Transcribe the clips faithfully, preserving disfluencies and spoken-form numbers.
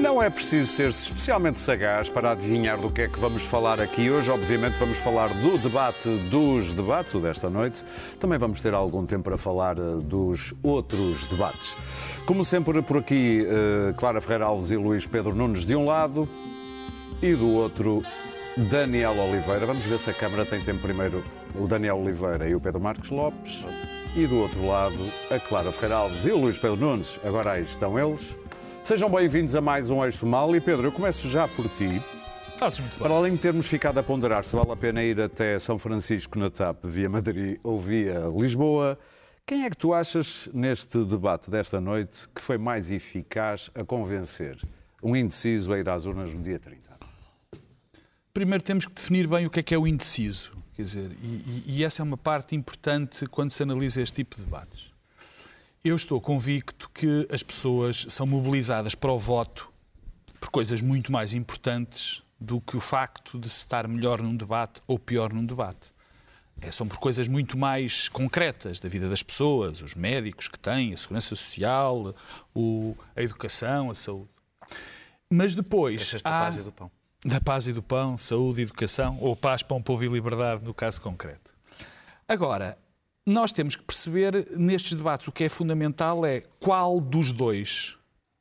Não é preciso ser especialmente sagaz para adivinhar do que é que vamos falar aqui hoje. Obviamente vamos falar do debate dos debates, o desta noite. Também vamos ter algum tempo para falar dos outros debates. Como sempre, por aqui, Clara Ferreira Alves e Luís Pedro Nunes de um lado e do outro, Daniel Oliveira. Vamos ver se a Câmara tem tempo primeiro o Daniel Oliveira e o Pedro Marcos Lopes. E do outro lado, a Clara Ferreira Alves e o Luís Pedro Nunes. Agora aí estão eles. Sejam bem-vindos a mais um Eixo Mal. E Pedro, eu começo já por ti. Para além de termos ficado a ponderar se vale a pena ir até São Francisco na TAP via Madrid ou via Lisboa, quem é que tu achas neste debate desta noite que foi mais eficaz a convencer um indeciso a ir às urnas no dia trinta? Primeiro temos que definir bem o que é que é o indeciso. Quer dizer, e, e, e essa é uma parte importante quando se analisa este tipo de debates. Eu estou convicto que as pessoas são mobilizadas para o voto por coisas muito mais importantes do que o facto de se estar melhor num debate ou pior num debate. É, são por coisas muito mais concretas da vida das pessoas, os médicos que têm, a segurança social, o, a educação, a saúde. Mas depois há... da paz e do pão. Da paz e do pão, saúde e educação, ou paz, pão, povo e liberdade, no caso concreto. Agora, nós temos que perceber, nestes debates, o que é fundamental é qual dos dois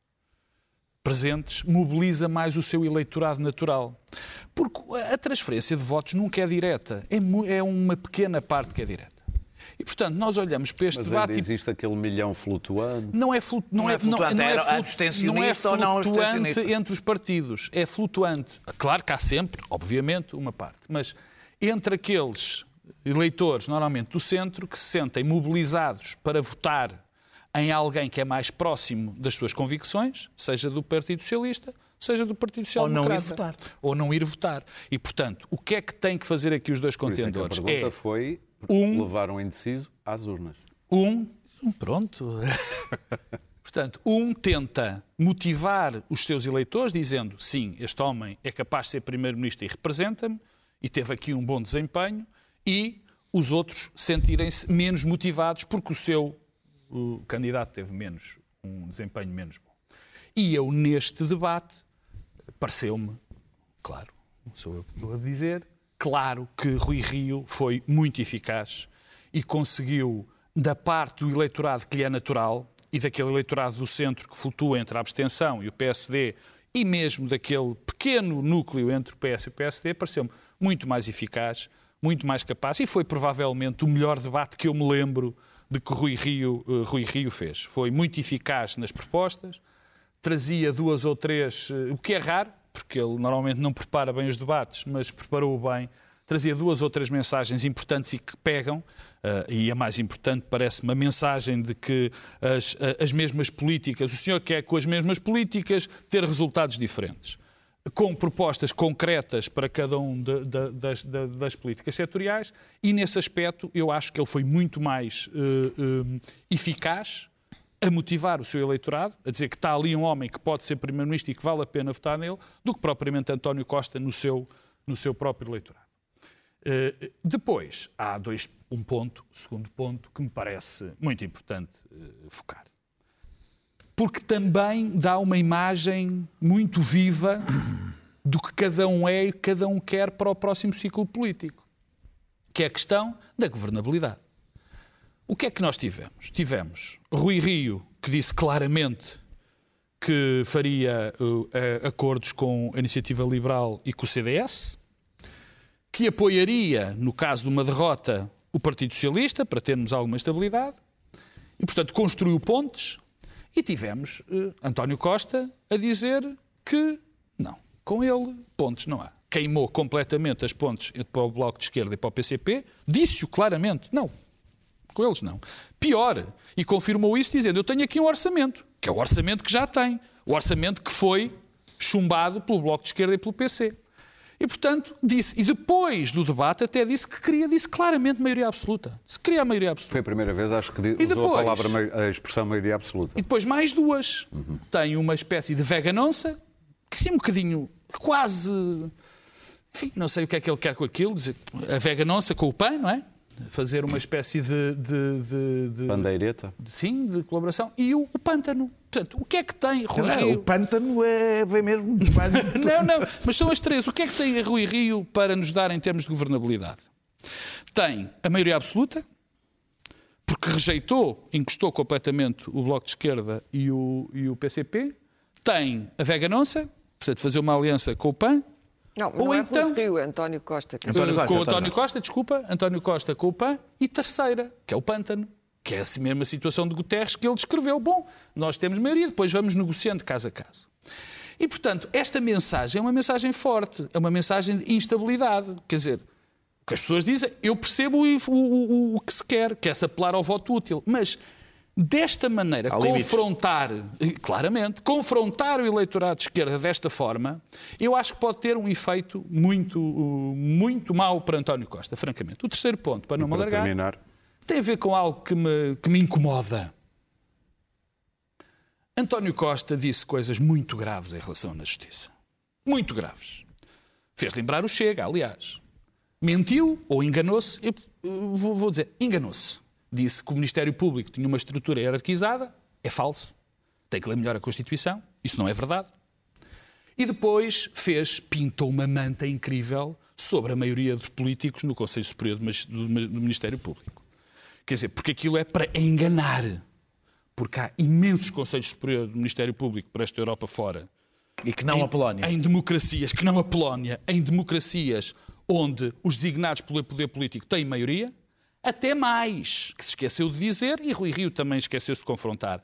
presentes mobiliza mais o seu eleitorado natural. Porque a transferência de votos nunca é direta. É, é uma pequena parte que é direta. E, portanto, nós olhamos para este Mas debate... Mas existe e... aquele milhão flutuante? Não é, flutu... não não é flutuante, não, não é é flutu... abstencionista não é ou não flutuante abstencionista? Entre os partidos. É flutuante. Claro que há sempre, obviamente, uma parte. Mas entre aqueles eleitores, normalmente do centro, que se sentem mobilizados para votar em alguém que é mais próximo das suas convicções, seja do Partido Socialista, seja do Partido Social Democrata. Ou não ir votar. Ou não ir votar. E, portanto, o que é que têm que fazer aqui os dois contendores? Por isso é que a pergunta é, foi um, levar um indeciso às urnas. Um, pronto. Portanto, um tenta motivar os seus eleitores dizendo, sim, este homem é capaz de ser primeiro-ministro e representa-me, e teve aqui um bom desempenho, e os outros sentirem-se menos motivados porque o seu o candidato teve menos, um desempenho menos bom. E eu, neste debate, pareceu-me, claro, sou eu que estou a dizer, claro que Rui Rio foi muito eficaz e conseguiu, da parte do eleitorado que lhe é natural e daquele eleitorado do centro que flutua entre a abstenção e o P S D e mesmo daquele pequeno núcleo entre o P S e o P S D, pareceu-me muito mais eficaz, muito mais capaz, e foi provavelmente o melhor debate que eu me lembro de que Rui Rio, uh, Rui Rio fez. Foi muito eficaz nas propostas, trazia duas ou três, uh, o que é raro, porque ele normalmente não prepara bem os debates, mas preparou-o bem, trazia duas ou três mensagens importantes e que pegam, uh, e a mais importante parece-me a mensagem de que as, as mesmas políticas, o senhor quer com as mesmas políticas ter resultados diferentes, com propostas concretas para cada um de, de, das, de, das políticas setoriais, e nesse aspecto eu acho que ele foi muito mais uh, uh, eficaz a motivar o seu eleitorado, a dizer que está ali um homem que pode ser primeiro-ministro e que vale a pena votar nele, do que propriamente António Costa no seu, no seu próprio eleitorado. Uh, depois, há dois, um ponto, segundo ponto, que me parece muito importante uh, focar. Porque também dá uma imagem muito viva do que cada um é e cada um quer para o próximo ciclo político, que é a questão da governabilidade. O que é que nós tivemos? Tivemos Rui Rio, que disse claramente que faria uh, uh, acordos com a Iniciativa Liberal e com o C D S, que apoiaria, no caso de uma derrota, o Partido Socialista, para termos alguma estabilidade, e, portanto, construiu pontes. E tivemos uh, António Costa a dizer que não, com ele pontes não há. Queimou completamente as pontes para o Bloco de Esquerda e para o P C P, disse-o claramente, não, com eles não. Pior, e confirmou isso dizendo, eu tenho aqui um orçamento, que é o orçamento que já tem, o orçamento que foi chumbado pelo Bloco de Esquerda e pelo P C. E, portanto, disse, e depois do debate até disse que queria, disse claramente maioria absoluta. Se queria a maioria absoluta. Foi a primeira vez, acho que usou depois, a palavra, a expressão maioria absoluta. E depois mais duas. Uhum. Tem uma espécie de veganonça, que assim um bocadinho, quase, enfim, não sei o que é que ele quer com aquilo, dizer, a veganonça com o pão, não é? Fazer uma espécie de... de, de, de bandeireta. De, sim, de colaboração. E o, o pântano. Portanto, o que é que tem Rui Não, Rio? o pântano é, vem mesmo de pântano. Não, não, mas são as três. O que é que tem Rui Rio para nos dar em termos de governabilidade? Tem a maioria absoluta, porque rejeitou, encostou completamente o Bloco de Esquerda e o, e o P C P. Tem a veganonça, portanto, fazer uma aliança com o P A N. Não, não Ou é então, Rui Rio, é António Costa. Que... António Costa, com o António António Costa, desculpa, António Costa com o P A N. E terceira, que é o pântano. Que é assim mesmo a situação de Guterres que ele descreveu. Bom, nós temos maioria, depois vamos negociando caso a caso. E, portanto, esta mensagem é uma mensagem forte, é uma mensagem de instabilidade. Quer dizer, o que as pessoas dizem, eu percebo o, o, o, o que se quer, quer-se apelar ao voto útil, mas desta maneira, Há confrontar, claramente, confrontar o eleitorado de esquerda desta forma, eu acho que pode ter um efeito muito, muito mau para António Costa, francamente. O terceiro ponto, para não me alargar... terminar. Tem a ver com algo que me, que me incomoda. António Costa disse coisas muito graves em relação à justiça. Muito graves. Fez lembrar o Chega, aliás. Mentiu ou enganou-se. Eu vou, vou dizer, enganou-se. Disse que o Ministério Público tinha uma estrutura hierarquizada. É falso. Tem que ler melhor a Constituição. Isso não é verdade. E depois fez, pintou uma manta incrível sobre a maioria dos políticos no Conselho Superior do Ministério Público. Quer dizer, porque aquilo é para enganar. Porque há imensos conselhos superiores do Ministério Público para esta Europa fora. E que não em, a Polónia. Em democracias, que não a Polónia, em democracias onde os designados pelo poder político têm maioria, até mais, que se esqueceu de dizer, e Rui Rio também esqueceu-se de confrontar.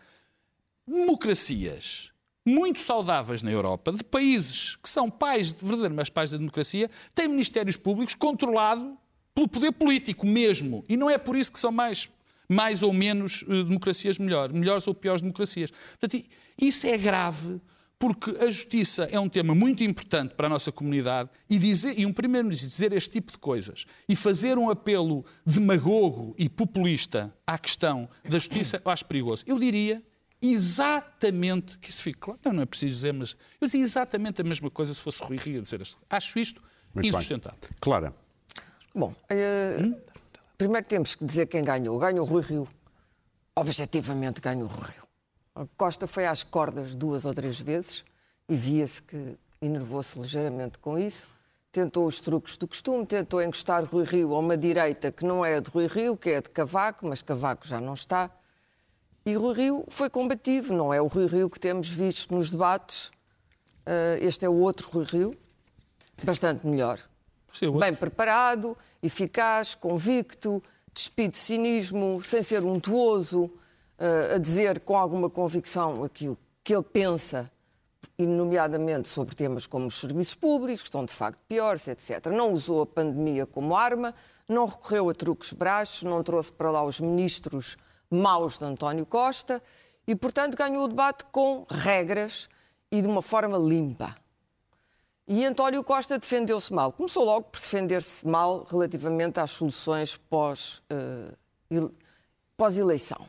Democracias muito saudáveis na Europa, de países que são pais, verdadeiros pais da democracia, têm ministérios públicos controlados pelo poder político mesmo. E não é por isso que são mais, mais ou menos uh, democracias melhores, melhores ou piores democracias. Portanto, isso é grave, porque a justiça é um tema muito importante para a nossa comunidade e, dizer, e um primeiro-ministro dizer este tipo de coisas e fazer um apelo demagogo e populista à questão da justiça, eu acho perigoso. Eu diria exatamente, que isso fique claro, não, não é preciso dizer, mas eu dizia exatamente a mesma coisa se fosse Rui Rio a dizer assim. Acho isto muito insustentável. Bem. Clara. Bom, uh, hum? primeiro temos que dizer quem ganhou. Ganhou Rui Rio. Objetivamente ganhou Rui Rio. A Costa foi às cordas duas ou três vezes e via-se que enervou-se ligeiramente com isso. Tentou os truques do costume, tentou encostar Rui Rio a uma direita que não é de Rui Rio, que é de Cavaco, mas Cavaco já não está. E Rui Rio foi combativo, não é o Rui Rio que temos visto nos debates. Uh, este é o outro Rui Rio, bastante melhor. Bem preparado, eficaz, convicto, despido de cinismo, sem ser untuoso, uh, a dizer com alguma convicção aquilo que ele pensa, e nomeadamente sobre temas como os serviços públicos, que estão de facto piores, etcétera. Não usou a pandemia como arma, não recorreu a truques braços, não trouxe para lá os ministros maus de António Costa e, portanto, ganhou o debate com regras e de uma forma limpa. E António Costa defendeu-se mal. Começou logo por defender-se mal relativamente às soluções pós, uh, pós-eleição.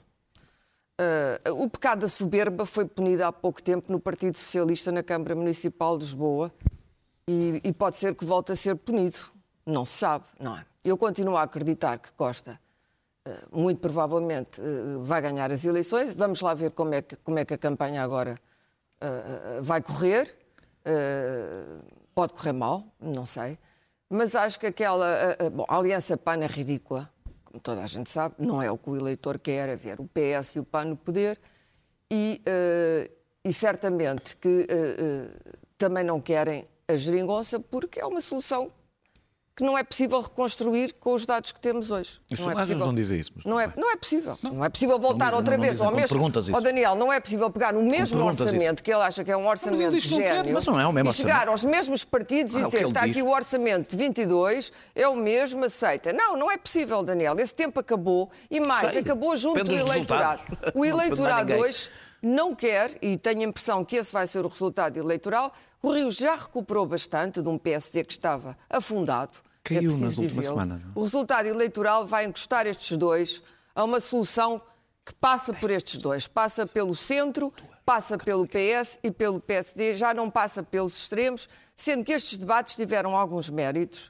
Uh, o pecado da soberba foi punido há pouco tempo no Partido Socialista na Câmara Municipal de Lisboa e, e pode ser que volte a ser punido. Não se sabe, não é? Eu continuo a acreditar que Costa, uh, muito provavelmente, uh, vai ganhar as eleições. Vamos lá ver como é que, como é que a campanha agora uh, vai correr. Uh, pode correr mal, não sei, mas acho que aquela uh, uh, bom, a aliança P A N é ridícula, como toda a gente sabe, não é o que o eleitor quer, é ver o P S e o P A N no poder e, uh, e certamente que uh, uh, também não querem a geringonça porque é uma solução que não é possível reconstruir com os dados que temos hoje. As não é sondagens possível. não dizem isso. Mas não, é, não é possível. Não, não é possível voltar não dizem, outra não, vez não ao dizem, mesmo... perguntas isso. Oh, Daniel, não é possível pegar no mesmo orçamento, isso. que ele acha que é um orçamento de gênio, mas não é o mesmo e chegar orçamento. aos mesmos partidos Ah, e dizer que está diz. aqui o orçamento de vinte e dois, é o mesmo, aceita. Não, não é possível, Daniel. Esse tempo acabou e mais, Sei. acabou junto Depende do dos eleitorado. resultados. O Não depende eleitorado mais ninguém. hoje não quer, e tenho a impressão que esse vai ser o resultado eleitoral. O Rio já recuperou bastante de um P S D que estava afundado. Caiu é preciso nas últimas dizê-lo. semanas. O resultado eleitoral vai encostar estes dois a uma solução que passa por estes dois. Passa pelo centro, passa pelo P S e pelo P S D, já não passa pelos extremos, sendo que estes debates tiveram alguns méritos.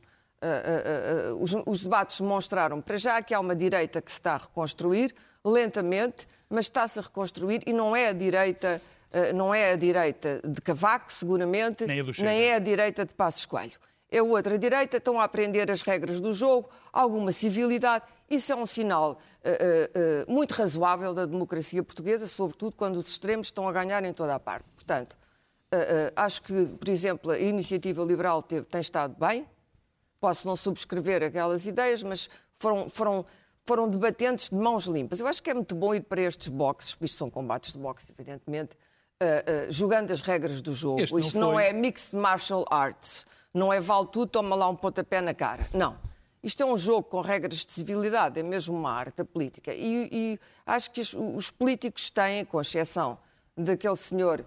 Uh, uh, uh, os, os debates demonstraram, para já, que há uma direita que se está a reconstruir, lentamente, mas está-se a reconstruir e não é a direita, não é a direita de Cavaco, seguramente, nem, nem é a direita de Passos Coelho. É outra direita, estão a aprender as regras do jogo, alguma civilidade. Isso é um sinal uh, uh, uh, muito razoável da democracia portuguesa, sobretudo quando os extremos estão a ganhar em toda a parte. Portanto, uh, uh, acho que, por exemplo, a Iniciativa Liberal teve, tem estado bem. Posso não subscrever aquelas ideias, mas foram, foram, foram debatentes de mãos limpas. Eu acho que é muito bom ir para estes boxes, porque isto são combates de boxe, evidentemente, uh, uh, jogando as regras do jogo. Este isto não, não foi... é mixed martial arts. Não é vale tudo, toma lá um pontapé na cara. Não. Isto é um jogo com regras de civilidade, é mesmo uma arte, a política. E, e acho que os, os políticos têm, com exceção daquele senhor uh,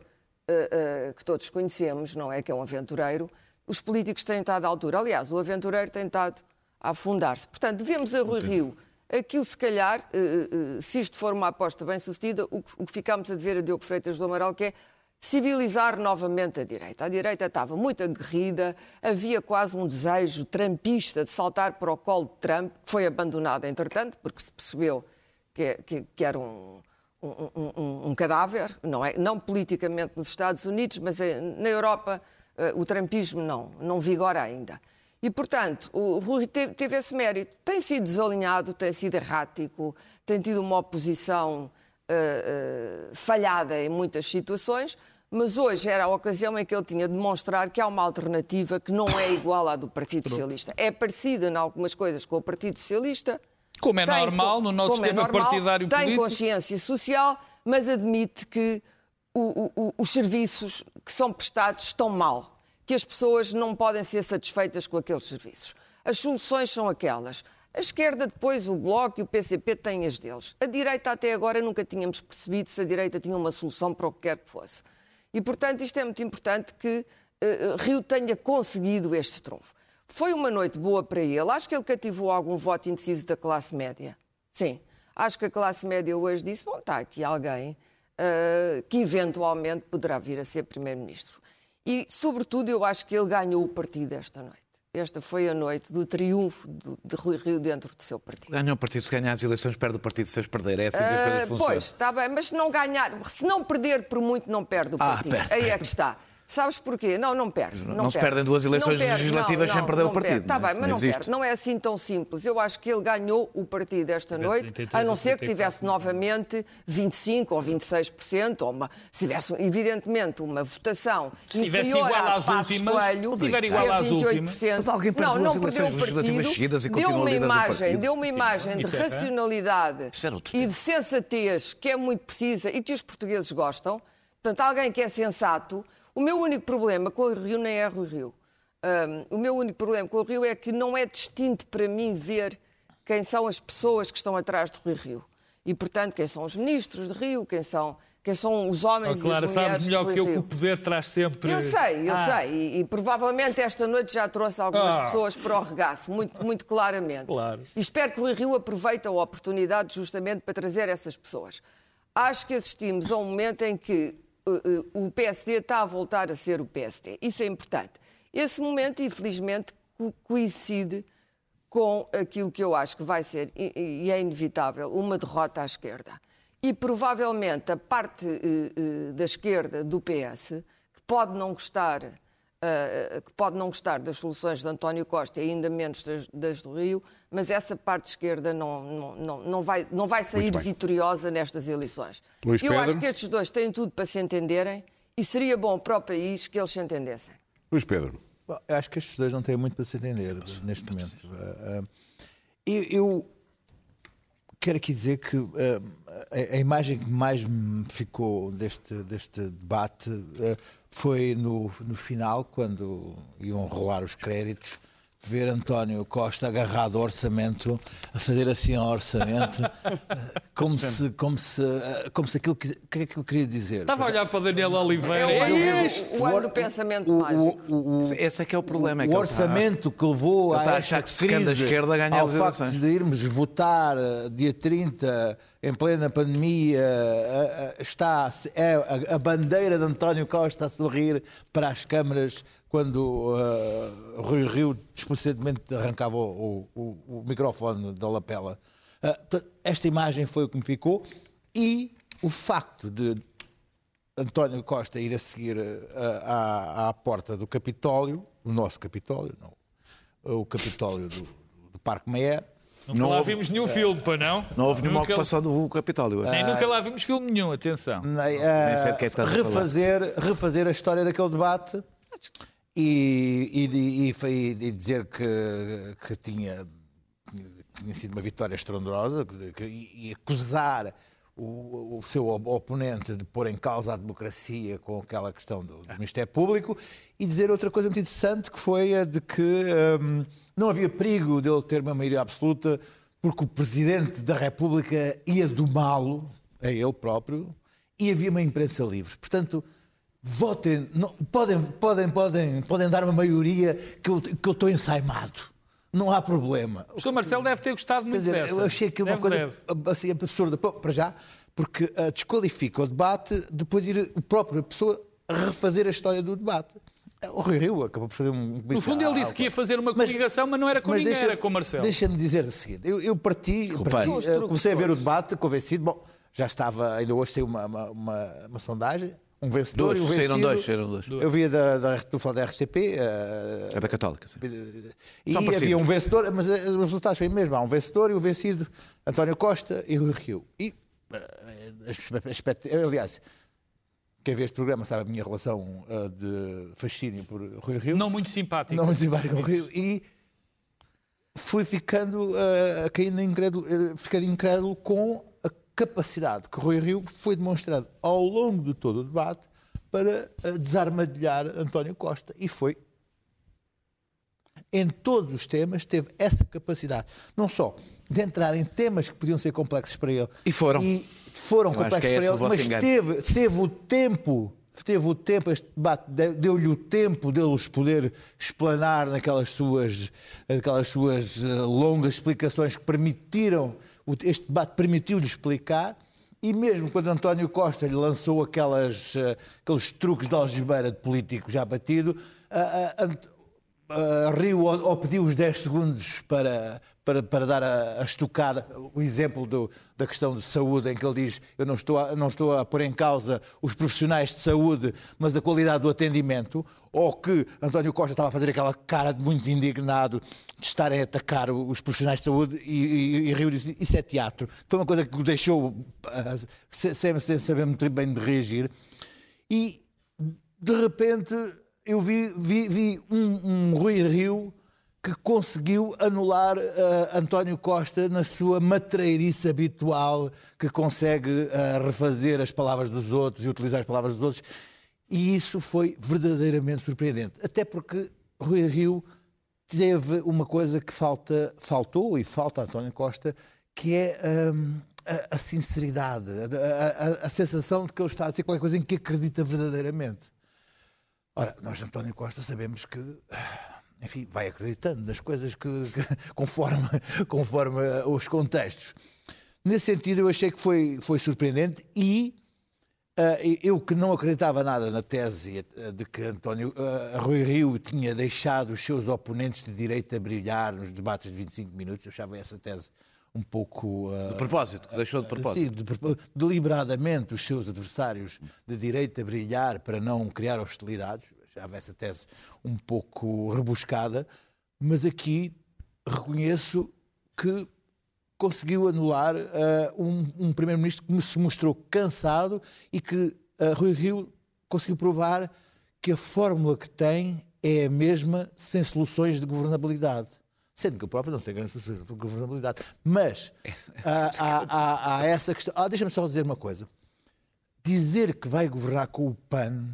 uh, que todos conhecemos, não é? Que é um aventureiro, os políticos têm estado à altura. Aliás, o aventureiro tem estado a afundar-se. Portanto, devemos a Rui Rio aquilo, se calhar, uh, uh, se isto for uma aposta bem-sucedida, o, o que ficámos a dever a Diogo Freitas do Amaral, que é civilizar novamente a direita. A direita estava muito aguerrida, havia quase um desejo trampista de saltar para o colo de Trump, que foi abandonado, entretanto, porque se percebeu que, que, que era um, um, um, um cadáver, não é? Não politicamente nos Estados Unidos, mas na Europa uh, o trumpismo não, não vigora ainda. E, portanto, o Rui teve, teve esse mérito. Tem sido desalinhado, tem sido errático, tem tido uma oposição Uh, uh, falhada em muitas situações, mas hoje era a ocasião em que ele tinha de demonstrar que há uma alternativa que não é igual à do Partido Socialista. É parecida em algumas coisas com o Partido Socialista. Como é tem, normal no nosso sistema é normal, partidário tem político. Tem consciência social, mas admite que o, o, os serviços que são prestados estão mal, que as pessoas não podem ser satisfeitas com aqueles serviços. As soluções são aquelas. A esquerda, depois, o Bloco e o P C P têm as deles. A direita, até agora, nunca tínhamos percebido se a direita tinha uma solução para o que quer que fosse. E, portanto, isto é muito importante que uh, Rio tenha conseguido este trunfo. Foi uma noite boa para ele. Acho que ele cativou algum voto indeciso da classe média. Sim. Acho que a classe média hoje disse, bom, está aqui alguém uh, que eventualmente poderá vir a ser primeiro-ministro. E, sobretudo, eu acho que ele ganhou o partido esta noite. Esta foi a noite do triunfo de Rui Rio dentro do seu partido. Ganha o partido, se ganhar as eleições, perde o partido, se as perder. É assim que as coisas uh, funcionam. Pois, está bem, mas se não ganhar, se não perder por muito, não perde o partido. Ah, perde, Aí perde. é que está. Sabes porquê? Não, não perde. Não, não perde. se perdem duas eleições não perde, legislativas não, sem não, perder não o partido. Está bem, mas não, não existe. perde. Não é assim tão simples. Eu acho que ele ganhou o partido esta noite, trinta e três a não ser que trinta e quatro tivesse novamente vinte e cinco ou vinte e seis por cento, ou uma, se tivesse, evidentemente, uma votação Se tivesse inferior igual a às Passos últimas, Coelho, se tiver igual teve às vinte e oito por últimas. cento. Mas alguém perde não, duas não perdeu o eleições legislativas partido, seguidas e deu continua uma líder do imagem, partido. deu uma imagem de racionalidade Isso era outro e tempo. de sensatez que é muito precisa e que os portugueses gostam. Portanto, alguém que é sensato. O meu único problema com o Rio nem é Rui Rio. Um, o meu único problema com o Rio é que não é distinto para mim ver quem são as pessoas que estão atrás de Rui Rio. E, portanto, quem são os ministros de Rio, quem são, quem são os homens Oh, Clara, e as mulheres sabes melhor de Rui que eu Rio. que o poder traz sempre... Eu sei, eu Ah. sei. E, e provavelmente esta noite já trouxe algumas Ah. pessoas para o regaço, muito, muito claramente. Claro. E espero que o Rui Rio aproveite a oportunidade justamente para trazer essas pessoas. Acho que assistimos a um momento em que uh, uh, o P S D está a voltar a ser o P S D. Isso é importante. Esse momento, infelizmente, co- coincide com aquilo que eu acho que vai ser, e, e é inevitável, uma derrota à esquerda. E provavelmente a parte uh, uh, da esquerda do P S, que pode não gostar, uh, que pode não gostar das soluções de António Costa e ainda menos das, das do Rio, mas essa parte esquerda não, não, não, não, vai, não vai sair Muito bem. vitoriosa nestas eleições. Luís Eu Pedro. acho que estes dois têm tudo para se entenderem e seria bom para o país que eles se entendessem. Luís Pedro. Bom, eu acho que estes dois não têm muito para se entender neste momento. Uh, uh, eu, eu quero aqui dizer que uh, a, a imagem que mais me ficou deste, deste debate uh, foi no, no final, quando iam rolar os créditos, ver António Costa agarrado ao orçamento, a fazer assim ao orçamento, uh, como, se, como, se, uh, como se aquilo que, que é que ele queria dizer. Estava a olhar para Daniel Oliveira. É o É ano, isto! o ano do pensamento O- o- mágico. o- o- Esse é que é o problema. É que o ele orçamento que levou ele está a a esta achar que se canda a crise, esquerda a ganhar ao as facto eleições. de irmos votar eh, dia trinta, em plena pandemia, eh, eh, está é a, a bandeira de António Costa a sorrir para as câmaras quando uh, Rui Rio desplacentemente arrancava o, o, o microfone da lapela. Uh, portanto, esta imagem foi o que me ficou. E o facto de António Costa ir a seguir à, à porta do Capitólio, o nosso Capitólio, não, o Capitólio do, do Parque Mayer. Nunca Não lá houve- vimos nenhum filme, para não? Não houve nenhuma Nunca- ocupação do Capitólio. Nem nunca lá vimos filme nenhum, atenção. Nem, Nem sei de que é que estás a falar. refazer, refazer a história daquele debate e, e, e, e- e dizer que, que tinha, tinha sido uma vitória estrondosa que- que- e acusar o, o seu oponente de pôr em causa a democracia com aquela questão do, do Ministério Público e dizer outra coisa muito interessante, que foi a de que hum, não havia perigo dele ter uma maioria absoluta porque o Presidente da República ia domá-lo, a ele próprio, e havia uma imprensa livre. Portanto, votem, não- podem, podem, podem, podem dar uma maioria que eu, que eu estou ensaimado. Não há problema. O senhor Marcelo deve ter gostado Quer muito dizer, dessa. eu achei aquilo uma Deve, coisa deve. assim absurda, Pô, para já, porque ah, desqualifica o debate, depois ir o próprio pessoa refazer a história do debate. O Rui Rio acabou por fazer um... No fundo, ele disse que ia fazer uma Mas- coligação, mas não era com Mas ninguém, deixa- era com o Marcelo. Deixa-me dizer o seguinte: eu, eu parti, parti, Os eh, truques comecei a ver o todos. debate convencido. Bom, já estava, ainda hoje saiu uma, uma, uma, uma sondagem, um vencedor Dois, e um saíram vencido. dois, saíram dois. Eu via da, da, do falar da R T P. eh, É da Católica, sim. e São parecidos. havia um vencedor, mas eh, os resultados foi o mesmo. Há um vencedor e um vencido, António Costa e Rui Rio. E, eh, as expect- aliás, quem vê este programa sabe a minha relação eh, de fascínio por Rui Rio. Não muito simpático. Não me simpático com o Rio. E fui ficando uh, a cair incrédulo, uh, ficando incrédulo com a capacidade que Rui Rio foi demonstrando ao longo de todo o debate para uh, desarmadilhar António Costa. E foi. Em todos os temas teve essa capacidade. Não só de entrar em temas que podiam ser complexos para ele. E foram. E foram Eu acho complexos que é para esse ele, o vosso mas engano. teve, teve o tempo, teve o tempo, este debate de- deu-lhe o tempo deles poder explanar naquelas suas, naquelas suas eh, longas explicações que permitiram, o- este debate permitiu-lhe explicar, e mesmo quando António Costa lhe lançou aquelas, eh, aqueles truques de algibeira de político já batido, a- a- Ant- a Rio ou, ou pediu os dez segundos para, para, para dar a, a estocada, o exemplo do, da questão de saúde, em que ele diz: eu não estou, a, não estou a pôr em causa os profissionais de saúde, mas a qualidade do atendimento, ou que António Costa estava a fazer aquela cara de muito indignado de estarem a atacar os profissionais de saúde, e, e, e Rio disse: isso é teatro. Foi uma coisa que o deixou ah, sem, sem, sem saber muito bem de reagir. E, de repente, eu vi, vi, vi um, um Rui Rio que conseguiu anular uh, António Costa na sua matreirice habitual, que consegue uh, refazer as palavras dos outros e utilizar as palavras dos outros. E isso foi verdadeiramente surpreendente. Até porque Rui Rio teve uma coisa que falta, faltou e falta a António Costa, que é um, a, a sinceridade, a, a, a sensação de que ele está a dizer qualquer coisa em que acredita verdadeiramente. Ora, nós, António Costa, sabemos que, enfim, vai acreditando nas coisas que, que, conforme, conforme os contextos. Nesse sentido, eu achei que foi, foi surpreendente e uh, eu que não acreditava nada na tese de que António uh, Rui Rio tinha deixado os seus oponentes de direita brilhar nos debates de vinte e cinco minutos, eu achava essa tese um pouco... Uh, De propósito, que deixou de propósito. Sim, de, deliberadamente os seus adversários de direita brilhar para não criar hostilidades. Achava essa tese um pouco rebuscada, mas aqui reconheço que conseguiu anular uh, um, um primeiro-ministro que se mostrou cansado e que uh, Rui Rio conseguiu provar que a fórmula que tem é a mesma sem soluções de governabilidade. Sendo que o próprio não tem grandes soluções de governabilidade. Mas há, há, há, há essa questão... Ah, deixa-me só dizer uma coisa. Dizer que vai governar com o P A N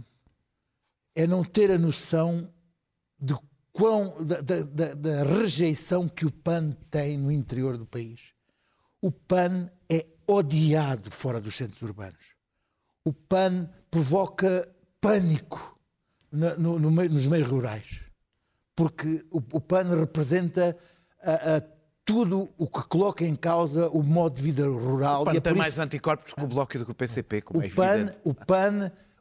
é não ter a noção de quão, da, da, da, da rejeição que o P A N tem no interior do país. O P A N é odiado fora dos centros urbanos. O P A N provoca pânico no, no, no meio, nos meios rurais. Porque o, o P A N representa a, a tudo o que coloca em causa o modo de vida rural. O P A N e é tem por mais isso, anticorpos que o Bloco e do que o P C P, como é o P A N, evidente. o P A N,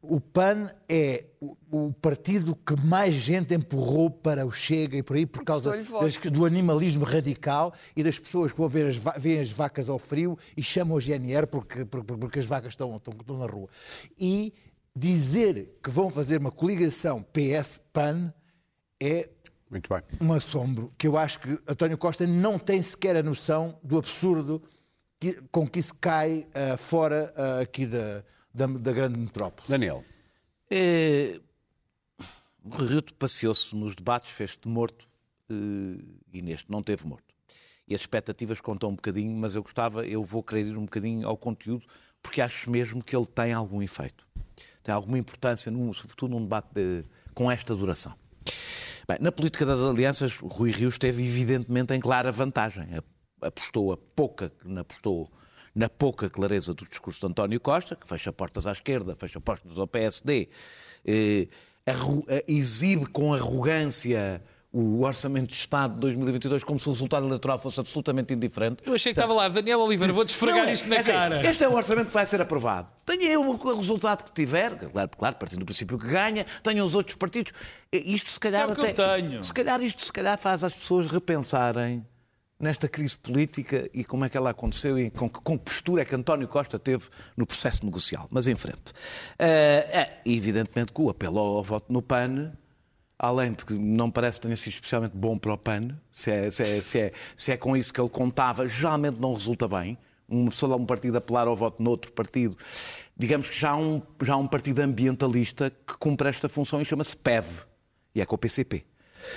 o P A N é o, o partido que mais gente empurrou para o Chega e por aí por causa das, do animalismo radical e das pessoas que vão ver as, veem as vacas ao frio e chamam o G N R porque, porque, porque as vacas estão, estão, estão na rua. E dizer que vão fazer uma coligação P S-P A N é Muito bem. um assombro que eu acho que António Costa não tem sequer a noção do absurdo que, com que isso cai uh, fora uh, aqui da, da, da grande metrópole. Daniel. É... O Rui Rio passeou-se nos debates, fez-te morto e neste não teve morto. E as expectativas contam um bocadinho, mas eu gostava, eu vou querer ir um bocadinho ao conteúdo, porque acho mesmo que ele tem algum efeito. Tem alguma importância, num, sobretudo num debate de, com esta duração. Bem, na política das alianças, o Rui Rio esteve evidentemente em clara vantagem. Apostou, a pouca, apostou na pouca clareza do discurso de António Costa, que fecha portas à esquerda, fecha portas ao P S D, eh, arru, exibe com arrogância o Orçamento de Estado de dois mil e vinte e dois como se o resultado eleitoral fosse absolutamente indiferente. Eu achei que estava lá, Daniel Oliveira, vou desfregar Não, isto na é assim, cara. Este é o orçamento que vai ser aprovado. Tenha o resultado que tiver, claro, claro, partindo do princípio que ganha, tenham os outros partidos. Isto se calhar É o que até. eu tenho. Se calhar isto se calhar faz as pessoas repensarem nesta crise política e como é que ela aconteceu e com que, com que postura é que António Costa teve no processo negocial. Mas em frente. Uh, é evidentemente que o apelo ao voto no P A N, além de que não parece que tenha sido especialmente bom para o P A N, se é, se é, se é, se é com isso que ele contava, geralmente não resulta bem. Uma pessoa, um partido apelar ao voto noutro partido, digamos que já há um, já há um partido ambientalista que cumpre esta função e chama-se P E V, e é com o P C P.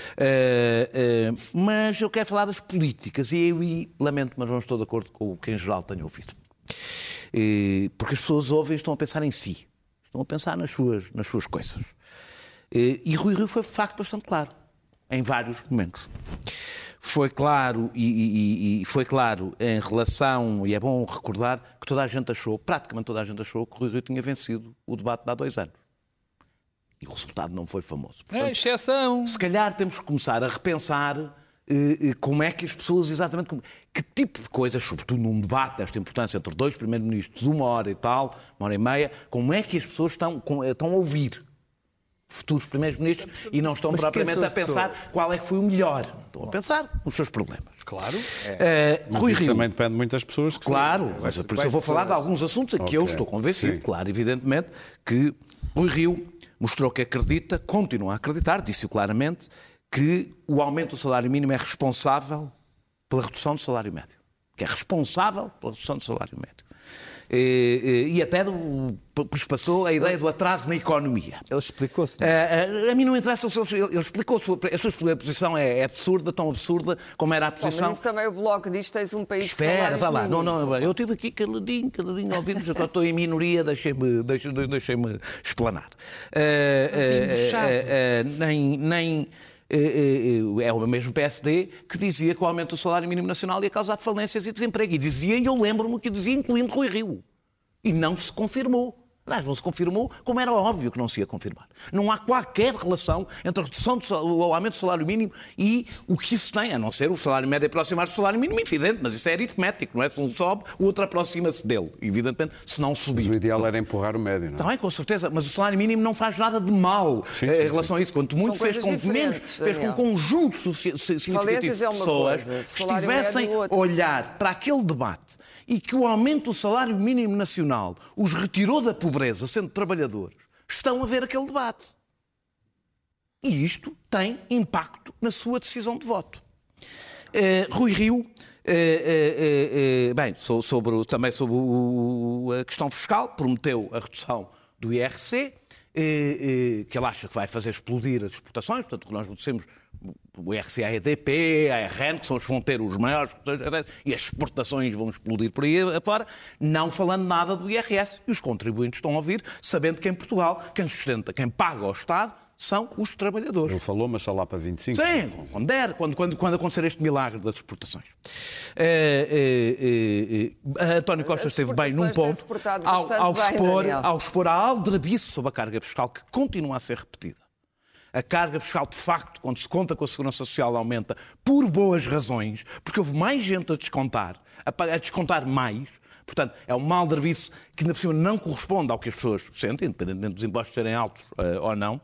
Uh, uh, mas eu quero falar das políticas e eu e, lamento, mas não estou de acordo com o que em geral tenho ouvido. Uh, porque as pessoas ouvem e estão a pensar em si, estão a pensar nas suas, nas suas coisas. Uh, e Rui Rio foi de facto bastante claro, em vários momentos. Foi claro, e, e, e foi claro em relação, e é bom recordar, que toda a gente achou, praticamente toda a gente achou, que Rui Rio tinha vencido o debate de há dois anos. E o resultado não foi famoso. Portanto, é exceção. Se calhar temos que começar a repensar eh, como é que as pessoas, exatamente, como, que tipo de coisas, sobretudo num debate desta importância entre dois primeiros-ministros, uma hora e tal, uma hora e meia, como é que as pessoas estão, estão a ouvir futuros primeiros-ministros e não estão Mas propriamente a pensar pessoas? qual é que foi o melhor. Estão a pensar nos seus problemas. Claro. É. Uh, Mas Rui isso Rio. também depende de muitas pessoas. Que Claro, se... mas por isso eu vou falar de alguns assuntos a que Okay. eu estou convencido. Sim. Claro, evidentemente, que Rui Rio mostrou que acredita, continua a acreditar, disse-o claramente, que o aumento do salário mínimo é responsável pela redução do salário médio. Que é responsável pela redução do salário médio. E, e até passou a ideia do atraso na economia. Ele explicou-se. A, a, a mim não interessa, ele, ele explicou, a sua, a sua posição é, é absurda, tão absurda como era a posição... Bom, mas isso também o Bloco diz, tens um país Espera, de salários vá lá. Não, mínimos. não, eu estive aqui caladinho, caladinho, a ouvir-vos, agora estou em minoria, deixem-me deixem, deixem-me explanar. Uh, uh, uh, uh, nem... nem é o mesmo P S D que dizia que o aumento do salário mínimo nacional ia causar falências e desemprego. E dizia, e eu lembro-me que dizia, incluindo Rui Rio. E não se confirmou. Aliás, não se confirmou, como era óbvio que não se ia confirmar. Não há qualquer relação entre a redução do salário, o aumento do salário mínimo e o que isso tem, a não ser o salário médio aproximar-se do salário mínimo, evidente, mas isso é aritmético, não é? Se um sobe, o outro aproxima-se dele, evidentemente, se não subir. Mas o ideal era empurrar o médio, não é? Também, com certeza, mas o salário mínimo não faz nada de mal sim, em sim, relação sim. a isso. Quanto muito São fez com coisas menos, diferentes, fez com um Daniel. conjunto significativo Falências de é uma pessoas coisa, que salário estivessem médio é outra. a olhar para aquele debate e que o aumento do salário mínimo nacional os retirou da pobreza, sendo trabalhadores, estão a ver aquele debate. E isto tem impacto na sua decisão de voto. Uh, Rui Rio, uh, uh, uh, uh, bem, sobre, também sobre o, a questão fiscal, prometeu a redução do I R C, uh, uh, que ele acha que vai fazer explodir as exportações, portanto, nós reducimos o I R C à E D P, à R N, que são os que vão ter os maiores, e as exportações vão explodir por aí afora, não falando nada do I R S. E os contribuintes estão a ouvir, sabendo que em Portugal, quem sustenta, quem paga ao Estado, são os trabalhadores. Ele falou, mas só lá para vinte e cinco. Sim, quando der, quando, quando, quando acontecer este milagre das exportações. Uh, uh, uh, uh, António Costa As esteve bem num exportações ponto, têm-se portado ao, bastante ao, bem, expor, Daniel. ao expor a aldrabice sobre a carga fiscal, que continua a ser repetida. A carga fiscal, de facto, quando se conta com a Segurança Social, aumenta por boas razões, porque houve mais gente a descontar, a descontar mais, Portanto, é um maldrabice que, na por cima, não corresponde ao que as pessoas sentem, independentemente dos impostos serem altos uh, ou não, uh,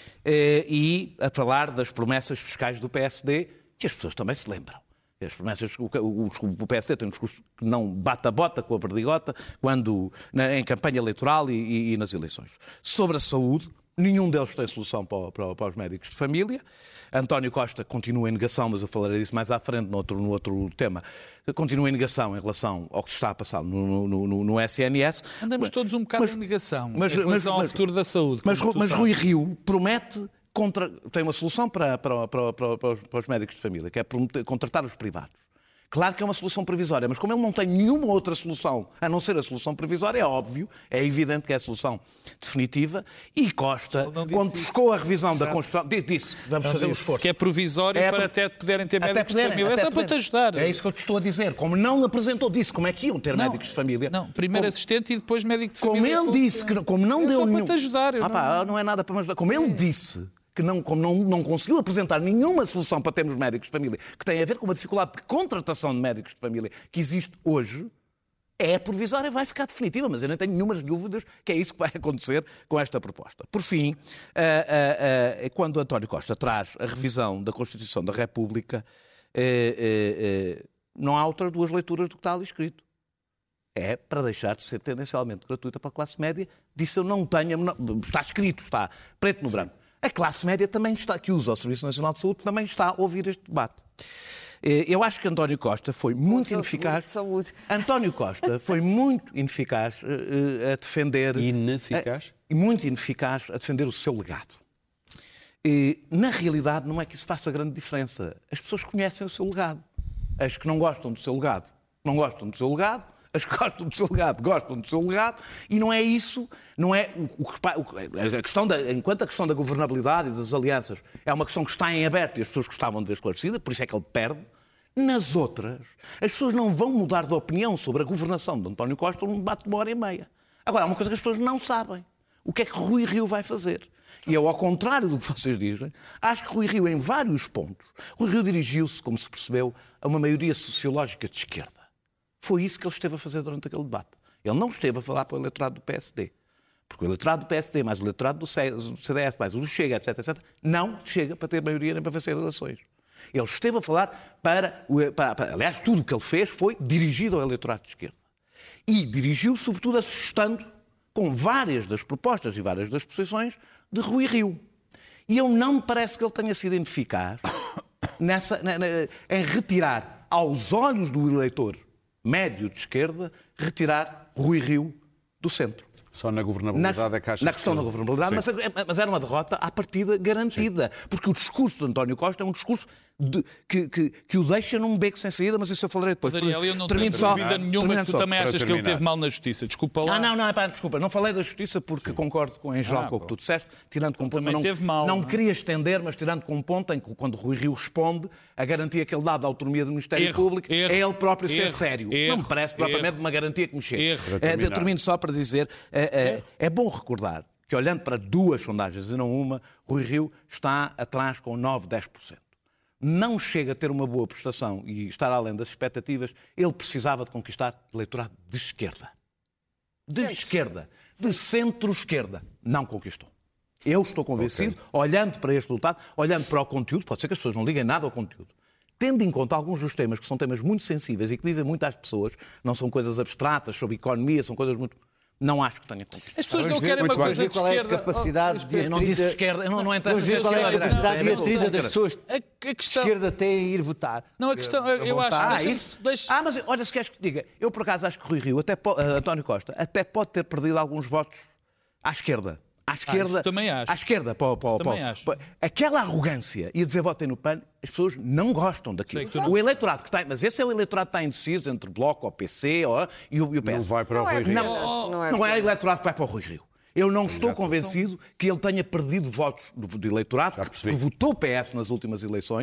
e a falar das promessas fiscais do P S D, que as pessoas também se lembram. As promessas, o, o, o P S D tem um discurso que não bate a bota com a perdigota quando, na, em campanha eleitoral e, e, e nas eleições. Sobre a saúde, nenhum deles tem solução para, para, para os médicos de família. António Costa continua em negação, mas eu falarei disso mais à frente, no outro, no outro tema. Continua em negação em relação ao que se está a passar no, no, no, no S N S. Andamos todos um bocado mas, em negação mas, em relação mas, ao mas, futuro da saúde. Mas, mas Rui Rio promete, contra, tem uma solução para, para, para, para, para, os, para os médicos de família, que é prometer, contratar os privados. Claro que é uma solução provisória, mas como ele não tem nenhuma outra solução, a não ser a solução provisória, é óbvio, é evidente que é a solução definitiva, e Costa, quando buscou a revisão Já. da Constituição, disse, vamos não fazer um esforço. Que é provisório é, para até poderem ter médicos poderem, de família. É só para te ajudar. É isso que eu te estou a dizer. Como não apresentou, disse como é que iam ter não, médicos de família. Não, primeiro como, assistente e depois médico de família. Como ele disse, que, como não é deu só nenhum... para te ajudar. Ah, pá, não... não é nada para me ajudar. Como ele disse... que não, como não, não conseguiu apresentar nenhuma solução para termos médicos de família, que tem a ver com uma dificuldade de contratação de médicos de família que existe hoje, é provisória, vai ficar definitiva, mas eu não tenho nenhumas dúvidas que é isso que vai acontecer com esta proposta. Por fim, uh, uh, uh, quando António Costa traz a revisão da Constituição da República, uh, uh, uh, não há outras duas leituras do que está ali escrito. É para deixar de ser tendencialmente gratuita para a classe média. Disso eu não tenho... Não, está escrito, está preto no branco. A classe média também está, que usa o Serviço Nacional de Saúde, também está a ouvir este debate. Eu acho que António Costa foi muito ineficaz... Saúde. António Costa foi muito ineficaz a defender... Ineficaz? A, muito ineficaz a defender o seu legado. E, na realidade, não é que isso faça grande diferença. As pessoas conhecem o seu legado. As que não gostam do seu legado, não gostam do seu legado. As que gostam do seu legado, gostam do seu legado, e não é isso, não é o, o, o, a questão da, enquanto a questão da governabilidade e das alianças é uma questão que está em aberto e as pessoas gostavam de ver esclarecida, por isso é que ele perde. Nas outras, as pessoas não vão mudar de opinião sobre a governação de António Costa num debate de uma hora e meia. Agora, há uma coisa que as pessoas não sabem. O que é que Rui Rio vai fazer? E eu, ao contrário do que vocês dizem, acho que Rui Rio, em vários pontos, Rui Rio dirigiu-se, como se percebeu, a uma maioria sociológica de esquerda. Foi isso que ele esteve a fazer durante aquele debate. Ele não esteve a falar para o eleitorado do P S D. Porque o eleitorado do P S D, mais o eleitorado do C D S, mais o do Chega, etc, etcétera, não chega para ter maioria nem para vencer eleições. Ele esteve a falar para, para, para... Aliás, tudo o que ele fez foi dirigido ao eleitorado de esquerda. E dirigiu, sobretudo, assustando com várias das propostas e várias das posições de Rui Rio. E eu não me parece que ele tenha sido ineficaz nessa, na, na, em retirar aos olhos do eleitor médio de esquerda, retirar Rui Rio do centro. Só na governabilidade na, é que acha Na questão que... da governabilidade, mas, mas era uma derrota à partida garantida. Sim. Porque o discurso de António Costa é um discurso de, que, que, que o deixa num beco sem saída, mas isso eu falarei depois. Daniel, eu não tenho só, dúvida nenhuma que tu só. também achas que ele teve mal na justiça. Desculpa lá. Ah, não, não, é pá, desculpa. Não falei da justiça porque Sim. concordo com, em geral ah, com o que tu disseste, tirando com um ponto. Não, teve mal, não não me queria estender, mas tirando com um ponto em que, quando Rui Rio responde, a garantia que ele dá da autonomia do Ministério erro, Público erro, é ele próprio erro, ser sério. Erro, não me parece propriamente erro, uma garantia que me chega. Erro, é, termino só para dizer, é, é, é bom recordar que, olhando para duas sondagens e não uma, Rui Rio está atrás com nove, dez por cento. Não chega a ter uma boa prestação e estar além das expectativas, ele precisava de conquistar eleitorado de esquerda. De Centro. esquerda. De centro-esquerda. Não conquistou. Eu estou convencido, okay. olhando para este resultado, olhando para o conteúdo, pode ser que as pessoas não liguem nada ao conteúdo, tendo em conta alguns dos temas que são temas muito sensíveis e que dizem muito às pessoas, não são coisas abstratas sobre economia, são coisas muito... Não acho que tenha conquistado. As pessoas não querem uma coisa de esquerda. Qual é a capacidade de Eu não disse de esquerda, eu não, não interessa ver qual é a capacidade de atrida das pessoas a, a questão... de esquerda têm ir votar. Não, a questão, a eu acho... Ah, deixa, isso? Deixa... Ah, mas olha, se queres que te diga, eu por acaso acho que Rui Rio, até uh, António Costa, até pode ter perdido alguns votos à esquerda. À esquerda, ah, também acho. À esquerda, pó, pó, pó, também acho. Pó. Aquela arrogância e a dizer votem no P A N, as pessoas não gostam daquilo. Tu... O eleitorado que está, mas esse é o eleitorado que está indeciso entre o Bloco, o P C ou, e, o, e o P S. Não vai para o não Rui é Rio. Não, não, é, não é o eleitorado que vai para o Rui Rio. Eu não estou convencido que ele tenha perdido votos do, do eleitorado que, que votou o P S nas últimas eleições.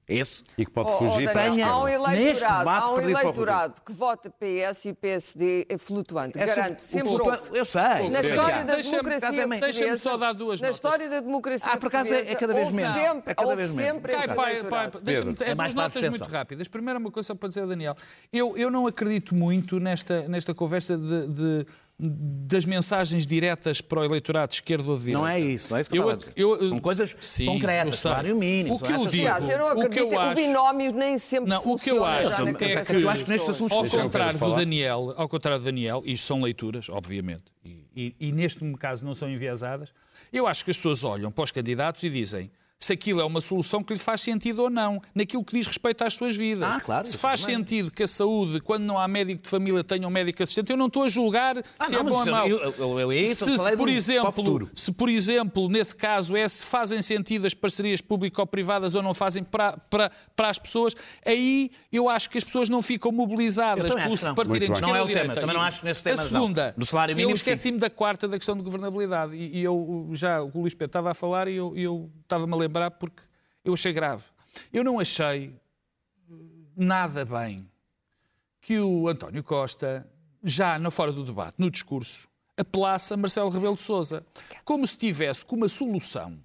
Esse. E que pode Oh, fugir oh, para a Daniel, há um esquerda. Neste eleitorado, debate há um perdido para o eleitorado que vota P S e P S D é flutuante. É Garanto, sub- sempre o flutua- houve. Eu sei. Na história da Deixa-me- democracia deixa-me portuguesa, só dar duas na notas. história da democracia Ah, por acaso é- é portuguesa, cada vez houve menos. sempre, É cada houve vez menos. sempre Cai, esse pai, eleitorado. pai, deixa-me, Pedro, é é mais duas para a notas muito abstenção. rápidas. Primeiro, uma coisa só para dizer ao Daniel. Eu, eu não acredito muito nesta, nesta conversa de, de- das mensagens diretas para o eleitorado de esquerda ou de direita. Não é isso, não é isso que eu, Eu- estava a dizer. eu- São coisas Sim, concretas, eu sei. salário mínimo. O que são eu essas digo- coisas. Aliás, eu não O que eu acredito, o acho- binómio nem sempre Não, o que eu funciona acho já na é cabeça que- das eu acho que nestes pessoas. assuntos- Ao Deixa o Pedro contrário do falar. Daniel, ao contrário do Daniel, isto são leituras, obviamente, e, e, e neste caso não são enviesadas, eu acho que as pessoas olham para os candidatos e dizem se aquilo é uma solução que lhe faz sentido ou não, naquilo que diz respeito às suas vidas. Ah, claro, se isso faz também. sentido que a saúde, quando não há médico de família, tenha um médico assistente, eu não estou a julgar Ah, se não, é bom mas ou mau. eu- eu- eu- é isso, eu se, falei se, por do- para o exemplo, futuro. se, por exemplo, nesse caso, é se fazem sentido as parcerias público-privadas ou não fazem para, para, para as pessoas, aí eu acho que as pessoas não ficam mobilizadas Eu também pelo acho que se não. partirem de Muito bem. esquerda Não é ou o de tema, direita. também não E acho que nesse tema A não. segunda, Do salário mínimo, eu sim. esqueci-me da quarta, da questão de governabilidade. E, e eu já, o Luís Pedro estava a falar e eu, eu estava-me a lembrar porque eu achei grave. Eu não achei nada bem que o António Costa, já na fora do debate, no discurso, apelasse a Marcelo Rebelo de Sousa, como se tivesse com uma solução